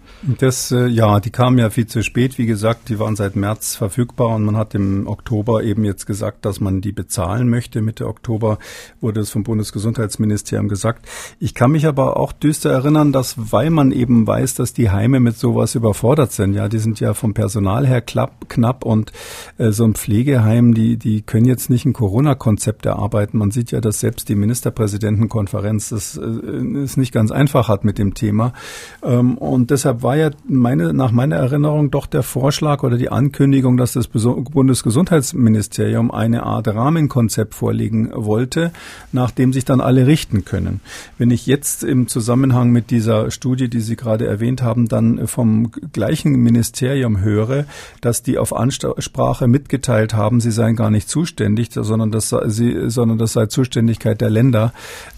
Die kamen ja viel zu spät. Wie gesagt, die waren seit März verfügbar und man hat im Oktober eben jetzt gesagt, dass man die bezahlen möchte. Mitte Oktober wurde es vom Bundesgesundheitsministerium gesagt. Ich kann mich aber auch düster erinnern, dass, weil man eben weiß, dass die Heime mit sowas überfordert sind, ja, die sind ja vom Personal her knapp und so ein Pflegeheim, die können jetzt nicht ein Corona-Konzept erarbeiten. Man sieht ja, dass selbst die Ministerpräsidentenkonferenz das es nicht ganz einfach hat mit dem Thema. Und deshalb war ja nach meiner Erinnerung doch der Vorschlag oder die Ankündigung, dass das Bundesgesundheitsministerium eine Art Rahmenkonzept vorlegen wollte, nach dem sich dann alle richten können. Wenn ich jetzt im Zusammenhang mit dieser Studie, die Sie gerade erwähnt haben, dann vom gleichen Ministerium höre, dass die auf Ansprache mitgeteilt haben, sie seien gar nicht zuständig, sondern das sei Zuständigkeit der Länder,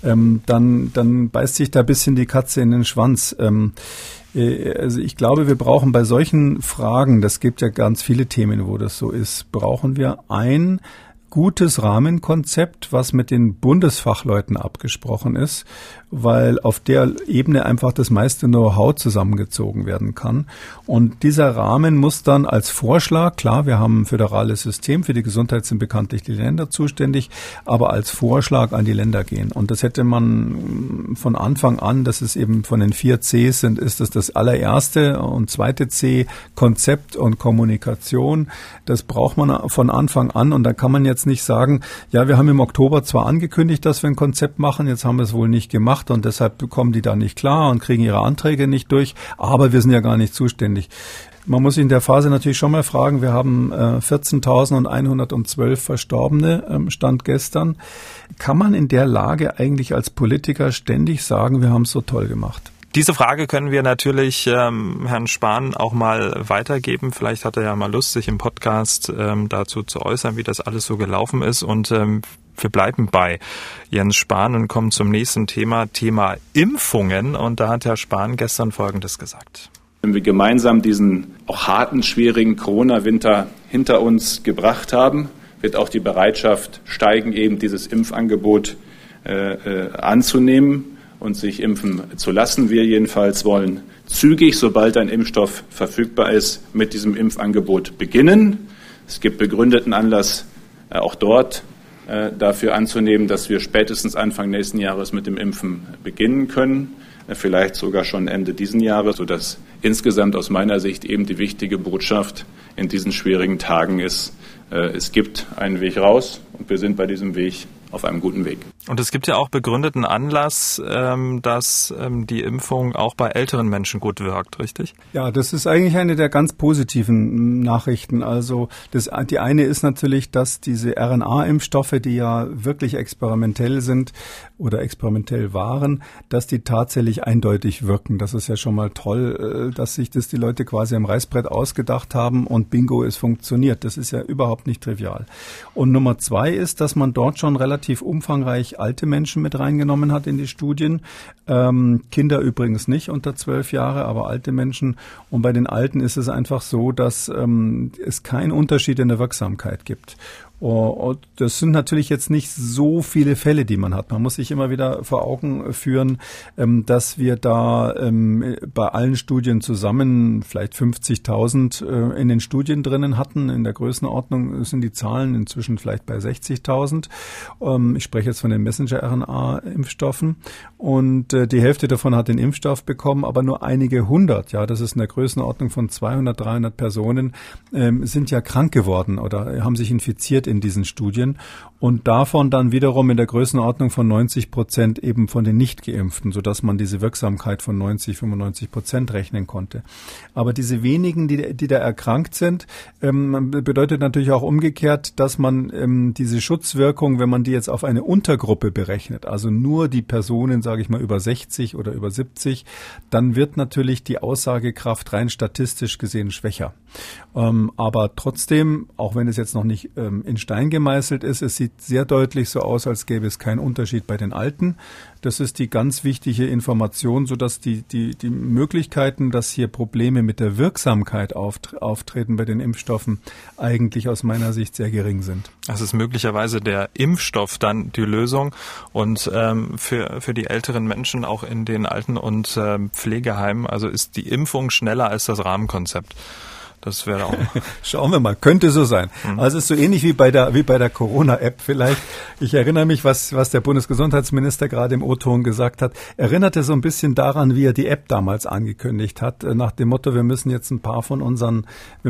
dann beißt sich da ein bisschen die Katze in den Schwanz. Also ich glaube, wir brauchen bei solchen Fragen, das gibt ja ganz viele Themen, wo das so ist, brauchen wir ein gutes Rahmenkonzept, was mit den Bundesfachleuten abgesprochen ist, weil auf der Ebene einfach das meiste Know-how zusammengezogen werden kann. Und dieser Rahmen muss dann als Vorschlag, klar, wir haben ein föderales System, für die Gesundheit sind bekanntlich die Länder zuständig, aber als Vorschlag an die Länder gehen. Und das hätte man von Anfang an, das ist eben von den 4 Cs sind, ist das allererste und zweite C, Konzept und Kommunikation. Das braucht man von Anfang an und da kann man jetzt nicht sagen, ja, wir haben im Oktober zwar angekündigt, dass wir ein Konzept machen, jetzt haben wir es wohl nicht gemacht und deshalb kommen die da nicht klar und kriegen ihre Anträge nicht durch, aber wir sind ja gar nicht zuständig. Man muss sich in der Phase natürlich schon mal fragen, wir haben 14.112 Verstorbene, Stand gestern. Kann man in der Lage eigentlich als Politiker ständig sagen, wir haben es so toll gemacht? Diese Frage können wir natürlich Herrn Spahn auch mal weitergeben. Vielleicht hat er ja mal Lust, sich im Podcast dazu zu äußern, wie das alles so gelaufen ist. Und wir bleiben bei Jens Spahn und kommen zum nächsten Thema Impfungen. Und da hat Herr Spahn gestern Folgendes gesagt. Wenn wir gemeinsam diesen auch harten, schwierigen Corona-Winter hinter uns gebracht haben, wird auch die Bereitschaft steigen, eben dieses Impfangebot anzunehmen und sich impfen zu lassen. Wir jedenfalls wollen zügig, sobald ein Impfstoff verfügbar ist, mit diesem Impfangebot beginnen. Es gibt begründeten Anlass, auch dort dafür anzunehmen, dass wir spätestens Anfang nächsten Jahres mit dem Impfen beginnen können, vielleicht sogar schon Ende diesen Jahres, sodass insgesamt aus meiner Sicht eben die wichtige Botschaft in diesen schwierigen Tagen ist, es gibt einen Weg raus und wir sind bei diesem Weg auf einem guten Weg. Und es gibt ja auch begründeten Anlass, dass die Impfung auch bei älteren Menschen gut wirkt, richtig? Ja, das ist eigentlich eine der ganz positiven Nachrichten. Also die eine ist natürlich, dass diese RNA-Impfstoffe, die ja wirklich experimentell sind oder experimentell waren, dass die tatsächlich eindeutig wirken. Das ist ja schon mal toll, dass sich das die Leute quasi am Reißbrett ausgedacht haben und bingo, es funktioniert. Das ist ja überhaupt nicht trivial. Und Nummer 2 ist, dass man dort schon relativ relativ umfangreich alte Menschen mit reingenommen hat in die Studien. Kinder übrigens nicht unter 12 Jahre, aber alte Menschen. Und bei den Alten ist es einfach so, dass es keinen Unterschied in der Wirksamkeit gibt. Und das sind natürlich jetzt nicht so viele Fälle, die man hat. Man muss sich immer wieder vor Augen führen, dass wir da bei allen Studien zusammen vielleicht 50.000 in den Studien drinnen hatten. In der Größenordnung sind die Zahlen inzwischen vielleicht bei 60.000. Ich spreche jetzt von den Messenger-RNA-Impfstoffen. Und die Hälfte davon hat den Impfstoff bekommen, aber nur einige hundert, ja, das ist in der Größenordnung von 200, 300 Personen, sind ja krank geworden oder haben sich infiziert in diesen Studien und davon dann wiederum in der Größenordnung von 90% eben von den Nicht-Geimpften, sodass man diese Wirksamkeit von 90-95% rechnen konnte. Aber diese wenigen, die da erkrankt sind, bedeutet natürlich auch umgekehrt, dass man diese Schutzwirkung, wenn man die jetzt auf eine Untergruppe berechnet, also nur die Personen, sage ich mal, über 60 oder über 70, dann wird natürlich die Aussagekraft rein statistisch gesehen schwächer. Aber trotzdem, auch wenn es jetzt noch nicht in Stein gemeißelt ist, es sieht sehr deutlich so aus, als gäbe es keinen Unterschied bei den Alten. Das ist die ganz wichtige Information, sodass die Möglichkeiten, dass hier Probleme mit der Wirksamkeit auftreten bei den Impfstoffen, eigentlich aus meiner Sicht sehr gering sind. Das ist möglicherweise der Impfstoff dann die Lösung und für die älteren Menschen auch in den Alten- und Pflegeheimen, also ist die Impfung schneller als das Rahmenkonzept. Das wäre auch. Schauen wir mal, könnte so sein. Also es ist so ähnlich wie bei der Corona-App vielleicht. Ich erinnere mich, was der Bundesgesundheitsminister gerade im O-Ton gesagt hat. Erinnerte so ein bisschen daran, wie er die App damals angekündigt hat, nach dem Motto, wir müssen uns jetzt ein paar von unseren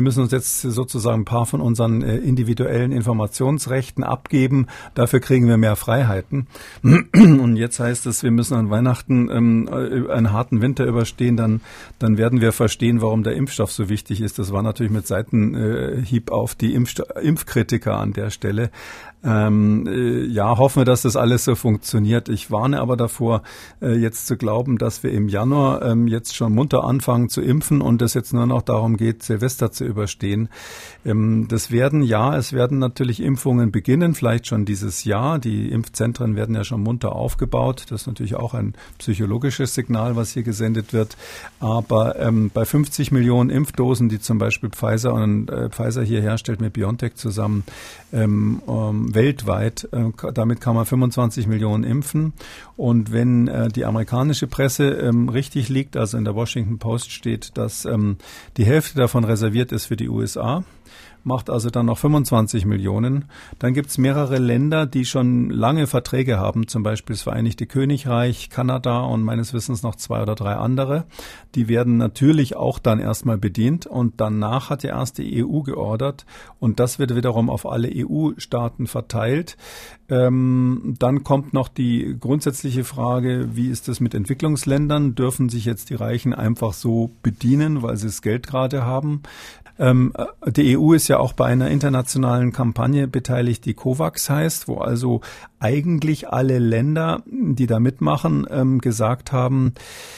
individuellen Informationsrechten abgeben. Dafür kriegen wir mehr Freiheiten. Und jetzt heißt es, wir müssen an Weihnachten einen harten Winter überstehen. Dann werden wir verstehen, warum der Impfstoff so wichtig ist. Das war natürlich mit Seitenhieb auf die Impfkritiker an der Stelle. Hoffen wir, dass das alles so funktioniert. Ich warne aber davor, jetzt zu glauben, dass wir im Januar jetzt schon munter anfangen zu impfen und es jetzt nur noch darum geht, Silvester zu überstehen. Es werden natürlich Impfungen beginnen, vielleicht schon dieses Jahr. Die Impfzentren werden ja schon munter aufgebaut. Das ist natürlich auch ein psychologisches Signal, was hier gesendet wird. Aber bei 50 Millionen Impfdosen, die zum Beispiel Pfizer hier herstellt mit BioNTech zusammen, weltweit. Damit kann man 25 Millionen impfen. Und wenn die amerikanische Presse richtig liegt, also in der Washington Post steht, dass die Hälfte davon reserviert ist für die USA, macht also dann noch 25 Millionen. Dann gibt es mehrere Länder, die schon lange Verträge haben, zum Beispiel das Vereinigte Königreich, Kanada und meines Wissens noch 2 oder 3 andere. Die werden natürlich auch dann erstmal bedient und danach hat ja erst die EU geordert und das wird wiederum auf alle EU-Staaten verteilt. Dann kommt noch die grundsätzliche Frage, wie ist das mit Entwicklungsländern? Dürfen sich jetzt die Reichen einfach so bedienen, weil sie das Geld gerade haben? Die EU ist ja auch bei einer internationalen Kampagne beteiligt, die COVAX heißt, wo also eigentlich alle Länder, die da mitmachen, gesagt haben,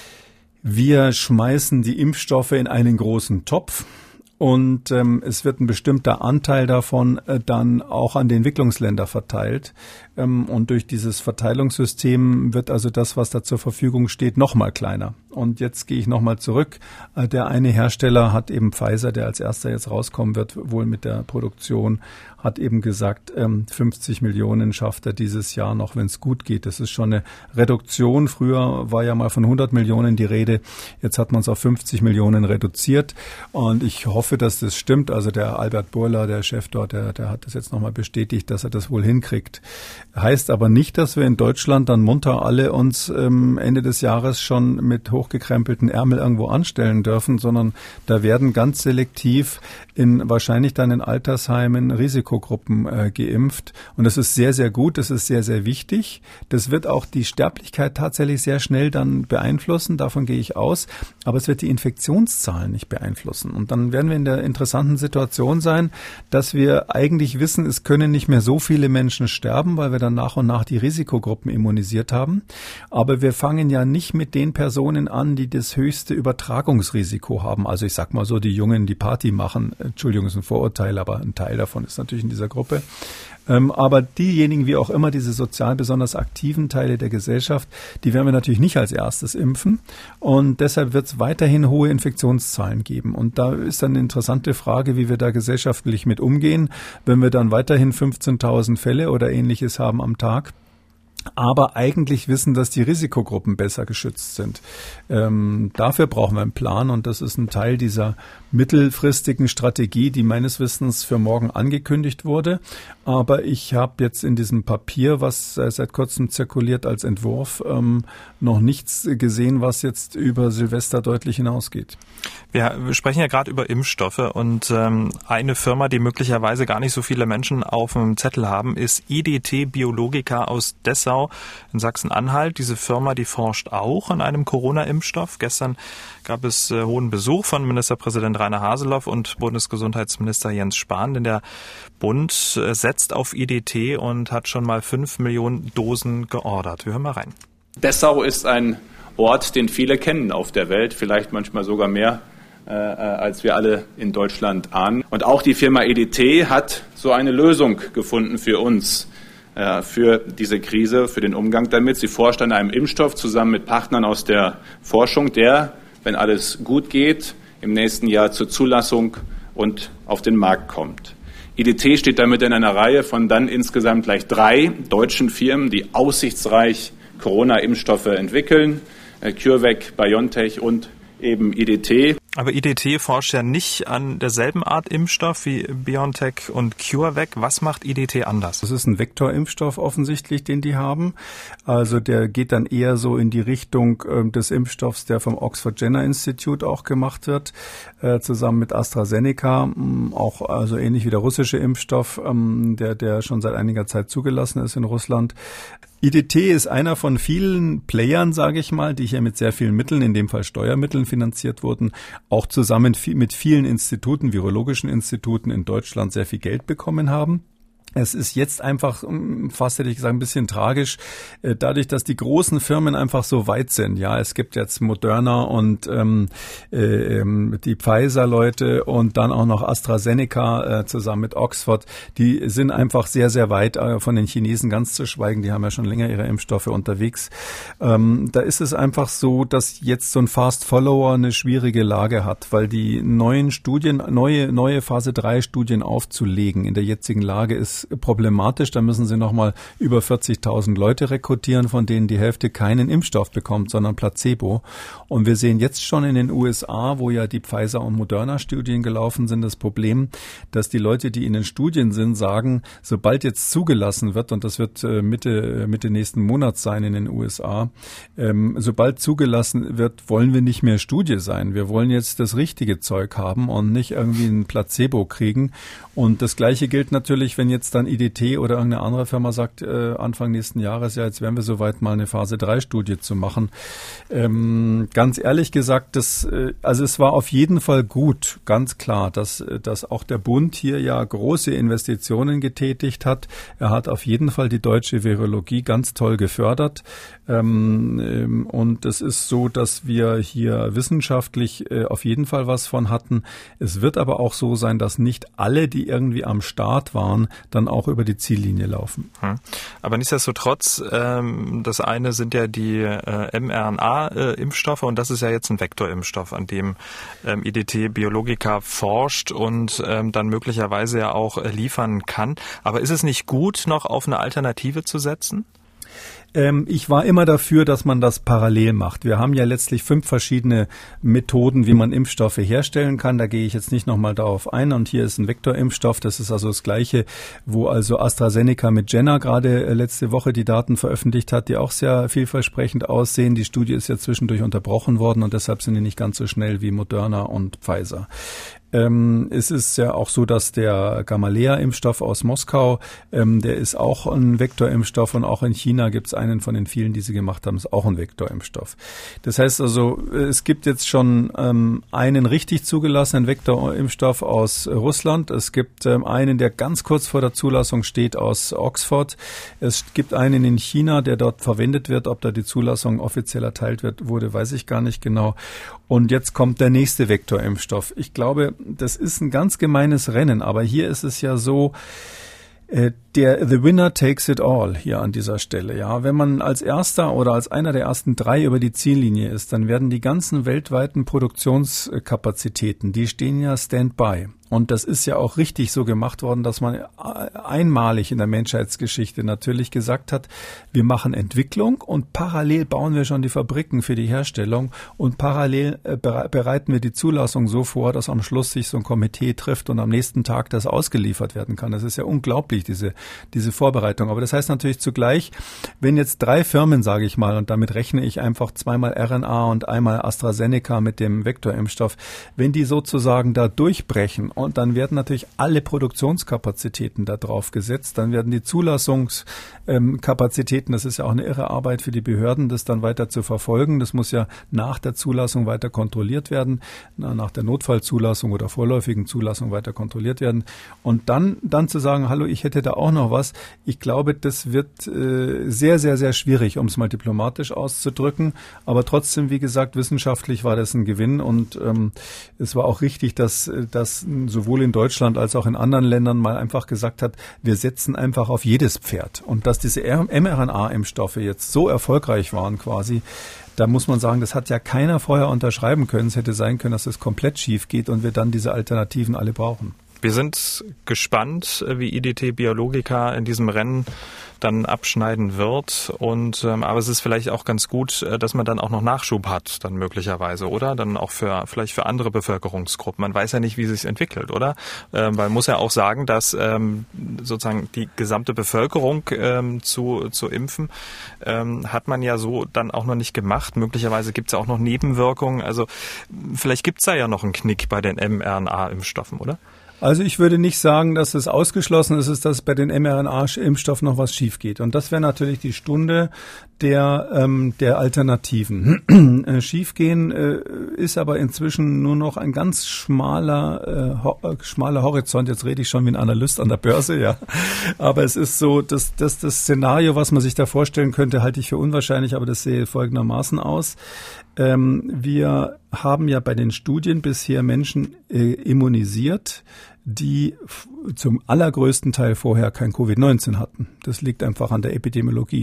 wir schmeißen die Impfstoffe in einen großen Topf. Und es wird ein bestimmter Anteil davon dann auch an die Entwicklungsländer verteilt. Und durch dieses Verteilungssystem wird also das, was da zur Verfügung steht, noch mal kleiner. Und jetzt gehe ich noch mal zurück. Der eine Hersteller hat eben Pfizer, der als erster jetzt rauskommen wird, wohl mit der Produktion, hat eben gesagt, 50 Millionen schafft er dieses Jahr noch, wenn es gut geht. Das ist schon eine Reduktion. Früher war ja mal von 100 Millionen die Rede. Jetzt hat man es auf 50 Millionen reduziert. Und ich hoffe, dass das stimmt. Also der Albert Bourla, der Chef dort, der hat das jetzt nochmal bestätigt, dass er das wohl hinkriegt. Heißt aber nicht, dass wir in Deutschland dann munter alle uns Ende des Jahres schon mit hochgekrempelten Ärmel irgendwo anstellen dürfen, sondern da werden ganz selektiv wahrscheinlich dann in Altersheimen Risikogruppen geimpft. Und das ist sehr, sehr gut, das ist sehr, sehr wichtig. Das wird auch die Sterblichkeit tatsächlich sehr schnell dann beeinflussen, davon gehe ich aus. Aber es wird die Infektionszahlen nicht beeinflussen. Und dann werden wir in der interessanten Situation sein, dass wir eigentlich wissen, es können nicht mehr so viele Menschen sterben, weil wir dann nach und nach die Risikogruppen immunisiert haben. Aber wir fangen ja nicht mit den Personen an, die das höchste Übertragungsrisiko haben. Also ich sag mal so, die Jungen, die Party machen, Entschuldigung, ist ein Vorurteil, aber ein Teil davon ist natürlich in dieser Gruppe. Aber diejenigen, wie auch immer, diese sozial besonders aktiven Teile der Gesellschaft, die werden wir natürlich nicht als erstes impfen. Und deshalb wird es weiterhin hohe Infektionszahlen geben. Und da ist dann eine interessante Frage, wie wir da gesellschaftlich mit umgehen, wenn wir dann weiterhin 15.000 Fälle oder Ähnliches haben am Tag. Aber eigentlich wissen, dass die Risikogruppen besser geschützt sind. Dafür brauchen wir einen Plan und das ist ein Teil dieser mittelfristigen Strategie, die meines Wissens für morgen angekündigt wurde. Aber ich habe jetzt in diesem Papier, was seit kurzem zirkuliert als Entwurf, noch nichts gesehen, was jetzt über Silvester deutlich hinausgeht. Wir sprechen ja gerade über Impfstoffe und eine Firma, die möglicherweise gar nicht so viele Menschen auf dem Zettel haben, ist IDT Biologica aus Dessau in Sachsen-Anhalt. Diese Firma, die forscht auch an einem Corona-Impfstoff. Gestern gab es hohen Besuch von Ministerpräsident Rainer Haseloff und Bundesgesundheitsminister Jens Spahn, denn der Bund setzt auf IDT und hat schon mal 5 Millionen Dosen geordert. Wir hören mal rein. Dessau ist ein Ort, den viele kennen auf der Welt, vielleicht manchmal sogar mehr, als wir alle in Deutschland ahnen. Und auch die Firma IDT hat so eine Lösung gefunden für uns, für diese Krise, für den Umgang damit. Sie forscht an einem Impfstoff zusammen mit Partnern aus der Forschung, der, wenn alles gut geht, im nächsten Jahr zur Zulassung und auf den Markt kommt. IDT steht damit in einer Reihe von dann insgesamt gleich 3 deutschen Firmen, die aussichtsreich Corona-Impfstoffe entwickeln. CureVac, BioNTech und eben IDT. Aber IDT forscht ja nicht an derselben Art Impfstoff wie BioNTech und CureVac. Was macht IDT anders? Das ist ein Vektorimpfstoff offensichtlich, den die haben. Also der geht dann eher so in die Richtung des Impfstoffs, der vom Oxford Jenner Institute auch gemacht wird, zusammen mit AstraZeneca, auch also ähnlich wie der russische Impfstoff, der schon seit einiger Zeit zugelassen ist in Russland. IDT ist einer von vielen Playern, sage ich mal, die hier mit sehr vielen Mitteln, in dem Fall Steuermitteln, finanziert wurden, auch zusammen mit vielen Instituten, virologischen Instituten in Deutschland sehr viel Geld bekommen haben. Es ist jetzt einfach, fast hätte ich gesagt, ein bisschen tragisch, dadurch, dass die großen Firmen einfach so weit sind. Ja, es gibt jetzt Moderna und die Pfizer-Leute und dann auch noch AstraZeneca zusammen mit Oxford. Die sind einfach sehr, sehr weit, von den Chinesen ganz zu schweigen. Die haben ja schon länger ihre Impfstoffe unterwegs. Da ist es einfach so, dass jetzt so ein Fast-Follower eine schwierige Lage hat, weil die neuen Studien, neue Phase 3 Studien aufzulegen in der jetzigen Lage ist problematisch. Da müssen sie nochmal über 40.000 Leute rekrutieren, von denen die Hälfte keinen Impfstoff bekommt, sondern Placebo. Und wir sehen jetzt schon in den USA, wo ja die Pfizer- und Moderna-Studien gelaufen sind, das Problem, dass die Leute, die in den Studien sind, sagen, sobald jetzt zugelassen wird, und das wird Mitte nächsten Monats sein in den USA, sobald zugelassen wird, wollen wir nicht mehr Studie sein. Wir wollen jetzt das richtige Zeug haben und nicht irgendwie ein Placebo kriegen. Und das Gleiche gilt natürlich, wenn jetzt dann IDT oder irgendeine andere Firma sagt, Anfang nächsten Jahres, ja, jetzt wären wir soweit, mal eine Phase-3-Studie zu machen. Ganz ehrlich gesagt, also es war auf jeden Fall gut, ganz klar, dass auch der Bund hier ja große Investitionen getätigt hat. Er hat auf jeden Fall die deutsche Virologie ganz toll gefördert. Und es ist so, dass wir hier wissenschaftlich auf jeden Fall was von hatten. Es wird aber auch so sein, dass nicht alle, die irgendwie am Start waren, dann auch über die Ziellinie laufen. Aber nichtsdestotrotz, das eine sind ja die mRNA-Impfstoffe und das ist ja jetzt ein Vektorimpfstoff, an dem IDT Biologica forscht und dann möglicherweise ja auch liefern kann. Aber ist es nicht gut, noch auf eine Alternative zu setzen? Ich war immer dafür, dass man das parallel macht. Wir haben ja letztlich 5 verschiedene Methoden, wie man Impfstoffe herstellen kann. Da gehe ich jetzt nicht nochmal darauf ein. Und hier ist ein Vektorimpfstoff. Das ist also das Gleiche, wo also AstraZeneca mit Jenner gerade letzte Woche die Daten veröffentlicht hat, die auch sehr vielversprechend aussehen. Die Studie ist ja zwischendurch unterbrochen worden und deshalb sind die nicht ganz so schnell wie Moderna und Pfizer. Es ist ja auch so, dass der Gamaleya-Impfstoff aus Moskau, der ist auch ein Vektorimpfstoff, und auch in China gibt es einen von den vielen, die sie gemacht haben, ist auch ein Vektorimpfstoff. Das heißt also, es gibt jetzt schon einen richtig zugelassenen Vektorimpfstoff aus Russland. Es gibt einen, der ganz kurz vor der Zulassung steht, aus Oxford. Es gibt einen in China, der dort verwendet wird. Ob da die Zulassung offiziell erteilt wurde, weiß ich gar nicht genau. Und jetzt kommt der nächste Vektorimpfstoff. Ich glaube, das ist ein ganz gemeines Rennen, aber hier ist es ja so, the winner takes it all hier an dieser Stelle. Ja, wenn man als erster oder als einer der ersten 3 über die Ziellinie ist, dann werden die ganzen weltweiten Produktionskapazitäten, die stehen ja standby. Und das ist ja auch richtig so gemacht worden, dass man einmalig in der Menschheitsgeschichte natürlich gesagt hat, wir machen Entwicklung und parallel bauen wir schon die Fabriken für die Herstellung und parallel bereiten wir die Zulassung so vor, dass am Schluss sich so ein Komitee trifft und am nächsten Tag das ausgeliefert werden kann. Das ist ja unglaublich, diese Vorbereitung. Aber das heißt natürlich zugleich, wenn jetzt 3 Firmen, sage ich mal, und damit rechne ich einfach 2-mal RNA und einmal AstraZeneca mit dem Vektorimpfstoff, wenn die sozusagen da durchbrechen, und dann werden natürlich alle Produktionskapazitäten da drauf gesetzt. Dann werden die Zulassungskapazitäten, das ist ja auch eine irre Arbeit für die Behörden, das dann weiter zu verfolgen. Das muss ja nach der Zulassung weiter kontrolliert werden, nach der Notfallzulassung oder vorläufigen Zulassung weiter kontrolliert werden. Und dann zu sagen, hallo, ich hätte da auch noch was. Ich glaube, das wird sehr, sehr, sehr schwierig, um es mal diplomatisch auszudrücken. Aber trotzdem, wie gesagt, wissenschaftlich war das ein Gewinn, und es war auch richtig, dass sowohl in Deutschland als auch in anderen Ländern mal einfach gesagt hat, wir setzen einfach auf jedes Pferd. Und dass diese mRNA-Impfstoffe jetzt so erfolgreich waren quasi, da muss man sagen, das hat ja keiner vorher unterschreiben können. Es hätte sein können, dass es komplett schief geht und wir dann diese Alternativen alle brauchen. Wir sind gespannt, wie IDT Biologica in diesem Rennen dann abschneiden wird. Aber es ist vielleicht auch ganz gut, dass man dann auch noch Nachschub hat, dann möglicherweise, oder? Dann auch vielleicht für andere Bevölkerungsgruppen. Man weiß ja nicht, wie es sich entwickelt, oder? Weil man muss ja auch sagen, dass sozusagen die gesamte Bevölkerung zu impfen, hat man ja so dann auch noch nicht gemacht. Möglicherweise gibt es ja auch noch Nebenwirkungen. Also vielleicht gibt es da ja noch einen Knick bei den mRNA-Impfstoffen, oder? Also ich würde nicht sagen, dass es ausgeschlossen ist, dass bei den mRNA-Impfstoffen noch was schief geht. Und das wäre natürlich die Stunde der Alternativen. Schiefgehen ist aber inzwischen nur noch ein ganz schmaler Horizont. Jetzt rede ich schon wie ein Analyst an der Börse, ja. Aber es ist so, dass das Szenario, was man sich da vorstellen könnte, halte ich für unwahrscheinlich, aber das sehe folgendermaßen aus. Wir haben ja bei den Studien bisher Menschen immunisiert, die zum allergrößten Teil vorher kein Covid-19 hatten. Das liegt einfach an der Epidemiologie.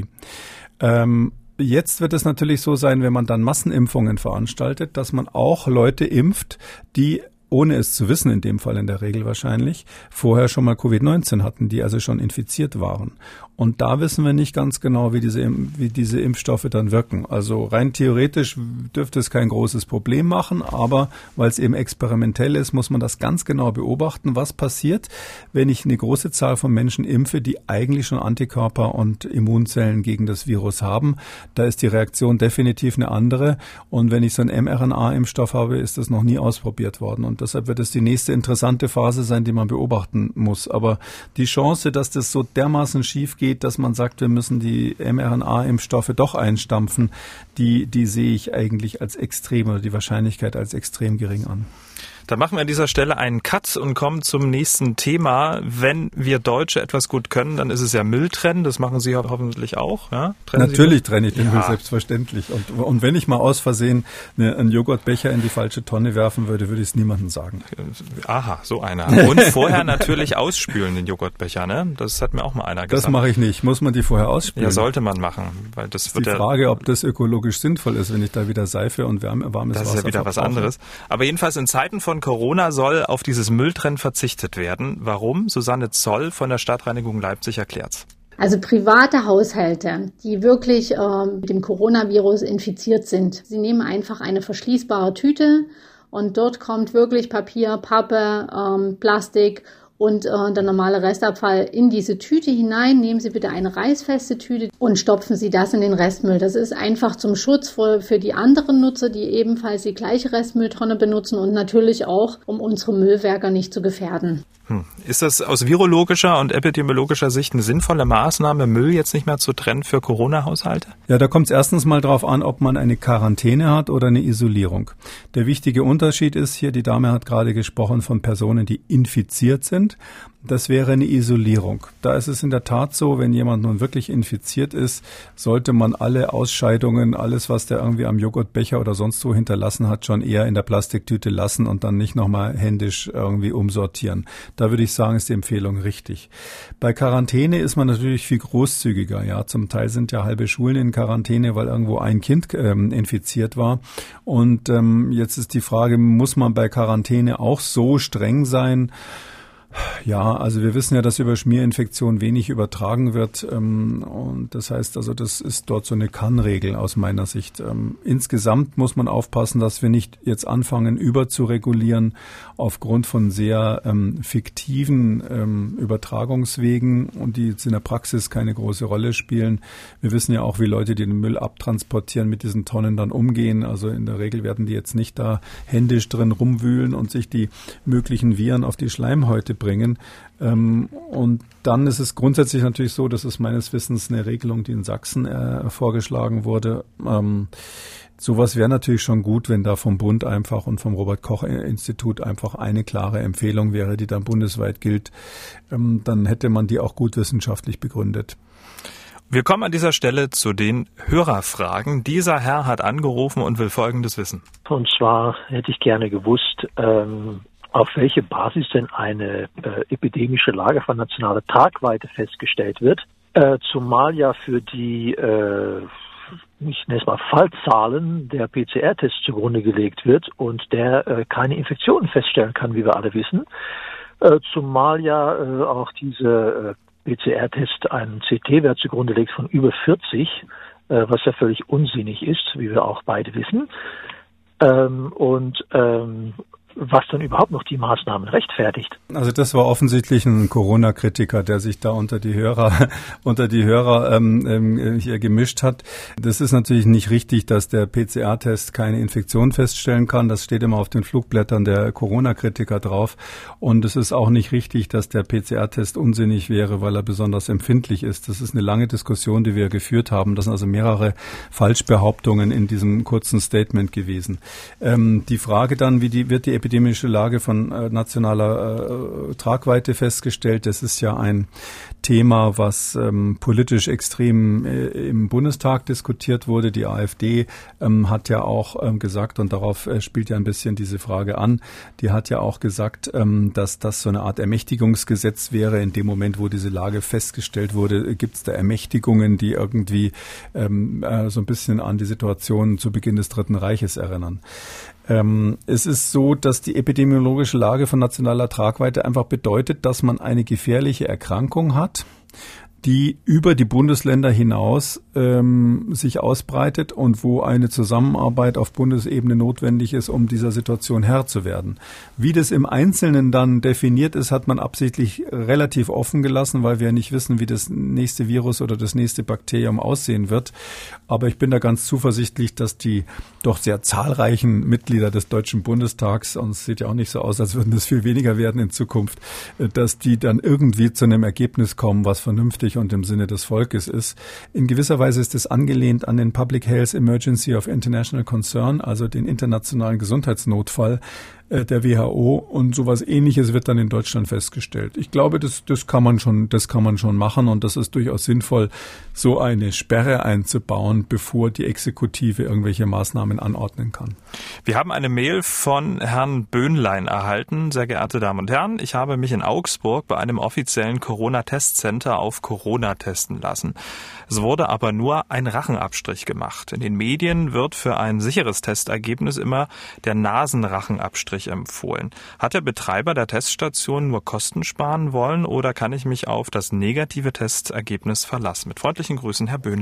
Jetzt wird es natürlich so sein, wenn man dann Massenimpfungen veranstaltet, dass man auch Leute impft, die, ohne es zu wissen, in dem Fall in der Regel wahrscheinlich, vorher schon mal Covid-19 hatten, die also schon infiziert waren. Und da wissen wir nicht ganz genau, wie diese Impfstoffe dann wirken. Also rein theoretisch dürfte es kein großes Problem machen, aber weil es eben experimentell ist, muss man das ganz genau beobachten, was passiert, wenn ich eine große Zahl von Menschen impfe, die eigentlich schon Antikörper und Immunzellen gegen das Virus haben. Da ist die Reaktion definitiv eine andere. Und wenn ich so einen mRNA-Impfstoff habe, ist das noch nie ausprobiert worden. Und deshalb wird es die nächste interessante Phase sein, die man beobachten muss. Aber die Chance, dass das so dermaßen schief geht, dass man sagt, wir müssen die mRNA-Impfstoffe doch einstampfen, die sehe ich eigentlich als extrem, oder die Wahrscheinlichkeit als extrem gering an. Dann machen wir an dieser Stelle einen Cut und kommen zum nächsten Thema. Wenn wir Deutsche etwas gut können, dann ist es ja Müll trennen. Das machen Sie hoffentlich auch. Ja? Natürlich trenne ich den Müll, selbstverständlich. Und wenn ich mal aus Versehen einen Joghurtbecher in die falsche Tonne werfen würde, würde ich es niemandem sagen. Aha, so einer. Und vorher natürlich ausspülen, den Joghurtbecher. Ne? Das hat mir auch mal einer gesagt. Das mache ich nicht. Muss man die vorher ausspülen? Ja, sollte man machen. Weil das wird die Frage, ob das ökologisch sinnvoll ist, wenn ich da wieder Seife und warmes Wasser Das ist ja wieder was anderes. Aber jedenfalls in Zeiten von Corona soll auf dieses Mülltrennen verzichtet werden. Warum? Susanne Zoll von der Stadtreinigung Leipzig erklärt's. Also private Haushalte, die wirklich mit dem Coronavirus infiziert sind, sie nehmen einfach eine verschließbare Tüte und dort kommt wirklich Papier, Pappe, Plastik und der normale Restabfall in diese Tüte hinein. Nehmen Sie bitte eine reißfeste Tüte und stopfen Sie das in den Restmüll. Das ist einfach zum Schutz für die anderen Nutzer, die ebenfalls die gleiche Restmülltonne benutzen und natürlich auch, um unsere Müllwerker nicht zu gefährden. Ist das aus virologischer und epidemiologischer Sicht eine sinnvolle Maßnahme, Müll jetzt nicht mehr zu trennen für Corona-Haushalte? Ja, da kommt es erstens mal drauf an, ob man eine Quarantäne hat oder eine Isolierung. Der wichtige Unterschied ist hier, die Dame hat gerade gesprochen von Personen, die infiziert sind. Das wäre eine Isolierung. Da ist es in der Tat so, wenn jemand nun wirklich infiziert ist, sollte man alle Ausscheidungen, alles, was der irgendwie am Joghurtbecher oder sonst wo hinterlassen hat, schon eher in der Plastiktüte lassen und dann nicht nochmal händisch irgendwie umsortieren. Da würde ich sagen, ist die Empfehlung richtig. Bei Quarantäne ist man natürlich viel großzügiger. Ja, zum Teil sind ja halbe Schulen in Quarantäne, weil irgendwo ein Kind infiziert war. Und jetzt ist die Frage, muss man bei Quarantäne auch so streng sein? Ja, also wir wissen ja, dass über Schmierinfektion wenig übertragen wird und das heißt also, das ist dort so eine Kann-Regel aus meiner Sicht. Insgesamt muss man aufpassen, dass wir nicht jetzt anfangen überzuregulieren aufgrund von sehr fiktiven Übertragungswegen und die jetzt in der Praxis keine große Rolle spielen. Wir wissen ja auch, wie Leute, die den Müll abtransportieren, mit diesen Tonnen dann umgehen. Also in der Regel werden die jetzt nicht da händisch drin rumwühlen und sich die möglichen Viren auf die Schleimhäute bringen. Und dann ist es grundsätzlich natürlich so, das ist meines Wissens eine Regelung, die in Sachsen vorgeschlagen wurde. Sowas wäre natürlich schon gut, wenn da vom Bund einfach und vom Robert-Koch-Institut einfach eine klare Empfehlung wäre, die dann bundesweit gilt. Dann hätte man die auch gut wissenschaftlich begründet. Wir kommen an dieser Stelle zu den Hörerfragen. Dieser Herr hat angerufen und will Folgendes wissen. Und zwar hätte ich gerne gewusst, auf welche Basis denn eine epidemische Lage von nationaler Tragweite festgestellt wird, zumal ja für die, ich nenne es mal Fallzahlen der PCR-Tests zugrunde gelegt wird und der keine Infektionen feststellen kann, wie wir alle wissen, zumal ja auch diese PCR-Test einen CT-Wert zugrunde legt von über 40, was ja völlig unsinnig ist, wie wir auch beide wissen, was dann überhaupt noch die Maßnahmen rechtfertigt. Also das war offensichtlich ein Corona-Kritiker, der sich da unter die Hörer hier gemischt hat. Das ist natürlich nicht richtig, dass der PCR-Test keine Infektion feststellen kann. Das steht immer auf den Flugblättern der Corona-Kritiker drauf. Und es ist auch nicht richtig, dass der PCR-Test unsinnig wäre, weil er besonders empfindlich ist. Das ist eine lange Diskussion, die wir geführt haben. Das sind also mehrere Falschbehauptungen in diesem kurzen Statement gewesen. Die Frage dann, wird die epidemische Lage von nationaler Tragweite festgestellt. Das ist ja ein Thema, was politisch extrem im Bundestag diskutiert wurde. Die AfD hat ja auch gesagt, und darauf spielt ja ein bisschen diese Frage an, die hat ja auch gesagt, dass das so eine Art Ermächtigungsgesetz wäre. In dem Moment, wo diese Lage festgestellt wurde, gibt es da Ermächtigungen, die irgendwie so ein bisschen an die Situation zu Beginn des Dritten Reiches erinnern. Es ist so, dass die epidemiologische Lage von nationaler Tragweite einfach bedeutet, dass man eine gefährliche Erkrankung hat, die über die Bundesländer hinaus sich ausbreitet und wo eine Zusammenarbeit auf Bundesebene notwendig ist, um dieser Situation Herr zu werden. Wie das im Einzelnen dann definiert ist, hat man absichtlich relativ offen gelassen, weil wir nicht wissen, wie das nächste Virus oder das nächste Bakterium aussehen wird. Aber ich bin da ganz zuversichtlich, dass die doch sehr zahlreichen Mitglieder des Deutschen Bundestags, und es sieht ja auch nicht so aus, als würden das viel weniger werden in Zukunft, dass die dann irgendwie zu einem Ergebnis kommen, was vernünftig und im Sinne des Volkes ist. In gewisser Weise ist es angelehnt an den Public Health Emergency of International Concern, also den internationalen Gesundheitsnotfall der WHO, und sowas Ähnliches wird dann in Deutschland festgestellt. Ich glaube, das kann man schon machen, und das ist durchaus sinnvoll, so eine Sperre einzubauen, bevor die Exekutive irgendwelche Maßnahmen anordnen kann. Wir haben eine Mail von Herrn Böhnlein erhalten. Sehr geehrte Damen und Herren, ich habe mich in Augsburg bei einem offiziellen Corona-Testcenter auf Corona testen lassen. Es wurde aber nur ein Rachenabstrich gemacht. In den Medien wird für ein sicheres Testergebnis immer der Nasenrachenabstrich empfohlen. Hat der Betreiber der Teststation nur Kosten sparen wollen oder kann ich mich auf das negative Testergebnis verlassen? Mit freundlichen Grüßen, Herr Böhnlein.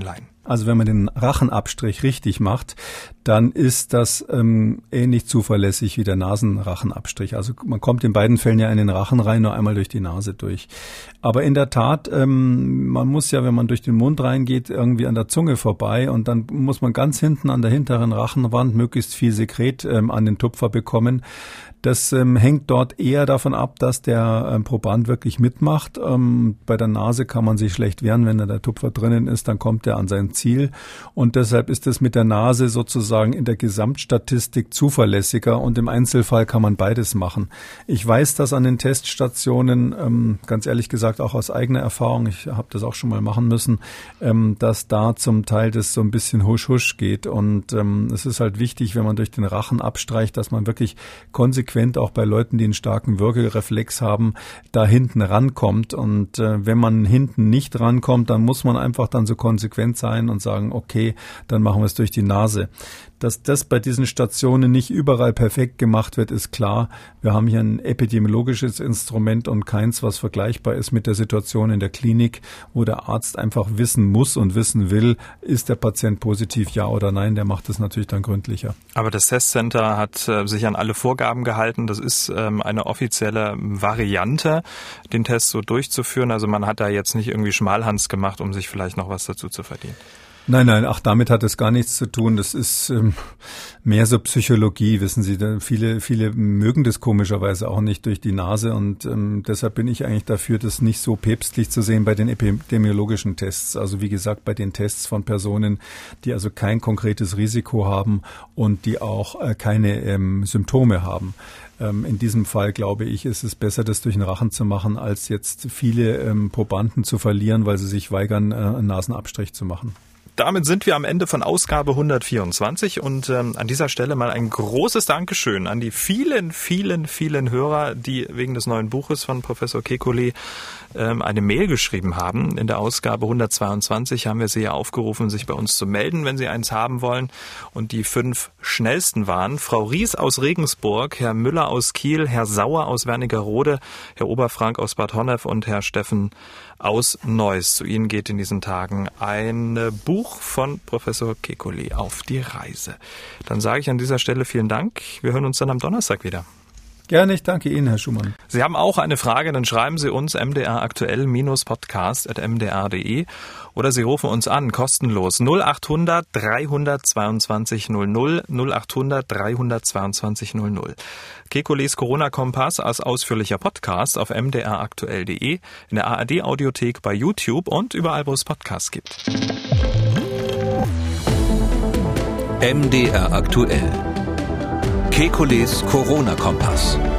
also wenn man den Rachenabstrich richtig macht, dann ist das ähnlich zuverlässig wie der Nasenrachenabstrich. Also man kommt in beiden Fällen ja in den Rachen rein, nur einmal durch die Nase durch. Aber in der Tat, man muss ja, wenn man durch den Mund reingeht, irgendwie an der Zunge vorbei und dann muss man ganz hinten an der hinteren Rachenwand möglichst viel Sekret an den Tupfer bekommen. Das hängt dort eher davon ab, dass der Proband wirklich mitmacht. Bei der Nase kann man sich schlecht wehren, wenn da der Tupfer drinnen ist, dann kommt er an sein Ziel. Und deshalb ist es mit der Nase sozusagen in der Gesamtstatistik zuverlässiger und im Einzelfall kann man beides machen. Ich weiß das an den Teststationen, ganz ehrlich gesagt auch aus eigener Erfahrung, ich habe das auch schon mal machen müssen, dass da zum Teil das so ein bisschen husch-husch geht. Und es ist halt wichtig, wenn man durch den Rachen abstreicht, dass man wirklich konsequent auch bei Leuten, die einen starken Würgereflex haben, da hinten rankommt. Und wenn man hinten nicht rankommt, dann muss man einfach dann so konsequent sein und sagen, okay, dann machen wir es durch die Nase. Dass das bei diesen Stationen nicht überall perfekt gemacht wird, ist klar. Wir haben hier ein epidemiologisches Instrument und keins, was vergleichbar ist mit der Situation in der Klinik, wo der Arzt einfach wissen muss und wissen will, ist der Patient positiv, ja oder nein, der macht das natürlich dann gründlicher. Aber das Testcenter hat sich an alle Vorgaben gehalten. Das ist eine offizielle Variante, den Test so durchzuführen. Also man hat da jetzt nicht irgendwie Schmalhans gemacht, um sich vielleicht noch was dazu zu verdienen. Nein, auch damit hat es gar nichts zu tun. Das ist mehr so Psychologie, wissen Sie. Viele mögen das komischerweise auch nicht durch die Nase und deshalb bin ich eigentlich dafür, das nicht so päpstlich zu sehen bei den epidemiologischen Tests. Also wie gesagt, bei den Tests von Personen, die also kein konkretes Risiko haben und die auch keine Symptome haben. In diesem Fall, glaube ich, ist es besser, das durch den Rachen zu machen, als jetzt viele Probanden zu verlieren, weil sie sich weigern, einen Nasenabstrich zu machen. Damit sind wir am Ende von Ausgabe 124 und an dieser Stelle mal ein großes Dankeschön an die vielen Hörer, die wegen des neuen Buches von Professor Kekulé eine Mail geschrieben haben. In der Ausgabe 122 haben wir Sie ja aufgerufen, sich bei uns zu melden, wenn Sie eins haben wollen. Und die 5 schnellsten waren Frau Ries aus Regensburg, Herr Müller aus Kiel, Herr Sauer aus Wernigerode, Herr Oberfrank aus Bad Honnef und Herr Steffen aus Neuss. Zu Ihnen geht in diesen Tagen ein Buch von Professor Kekulé auf die Reise. Dann sage ich an dieser Stelle vielen Dank. Wir hören uns dann am Donnerstag wieder. Gerne, ich danke Ihnen, Herr Schumann. Sie haben auch eine Frage, dann schreiben Sie uns mdraktuell-podcast@mdr.de oder Sie rufen uns an, kostenlos 0800 322 00 0800 322 00. Kekulés Corona-Kompass als ausführlicher Podcast auf mdraktuell.de, in der ARD-Audiothek, bei YouTube und überall, wo es Podcasts gibt. MDR aktuell. Kekulés Corona-Kompass.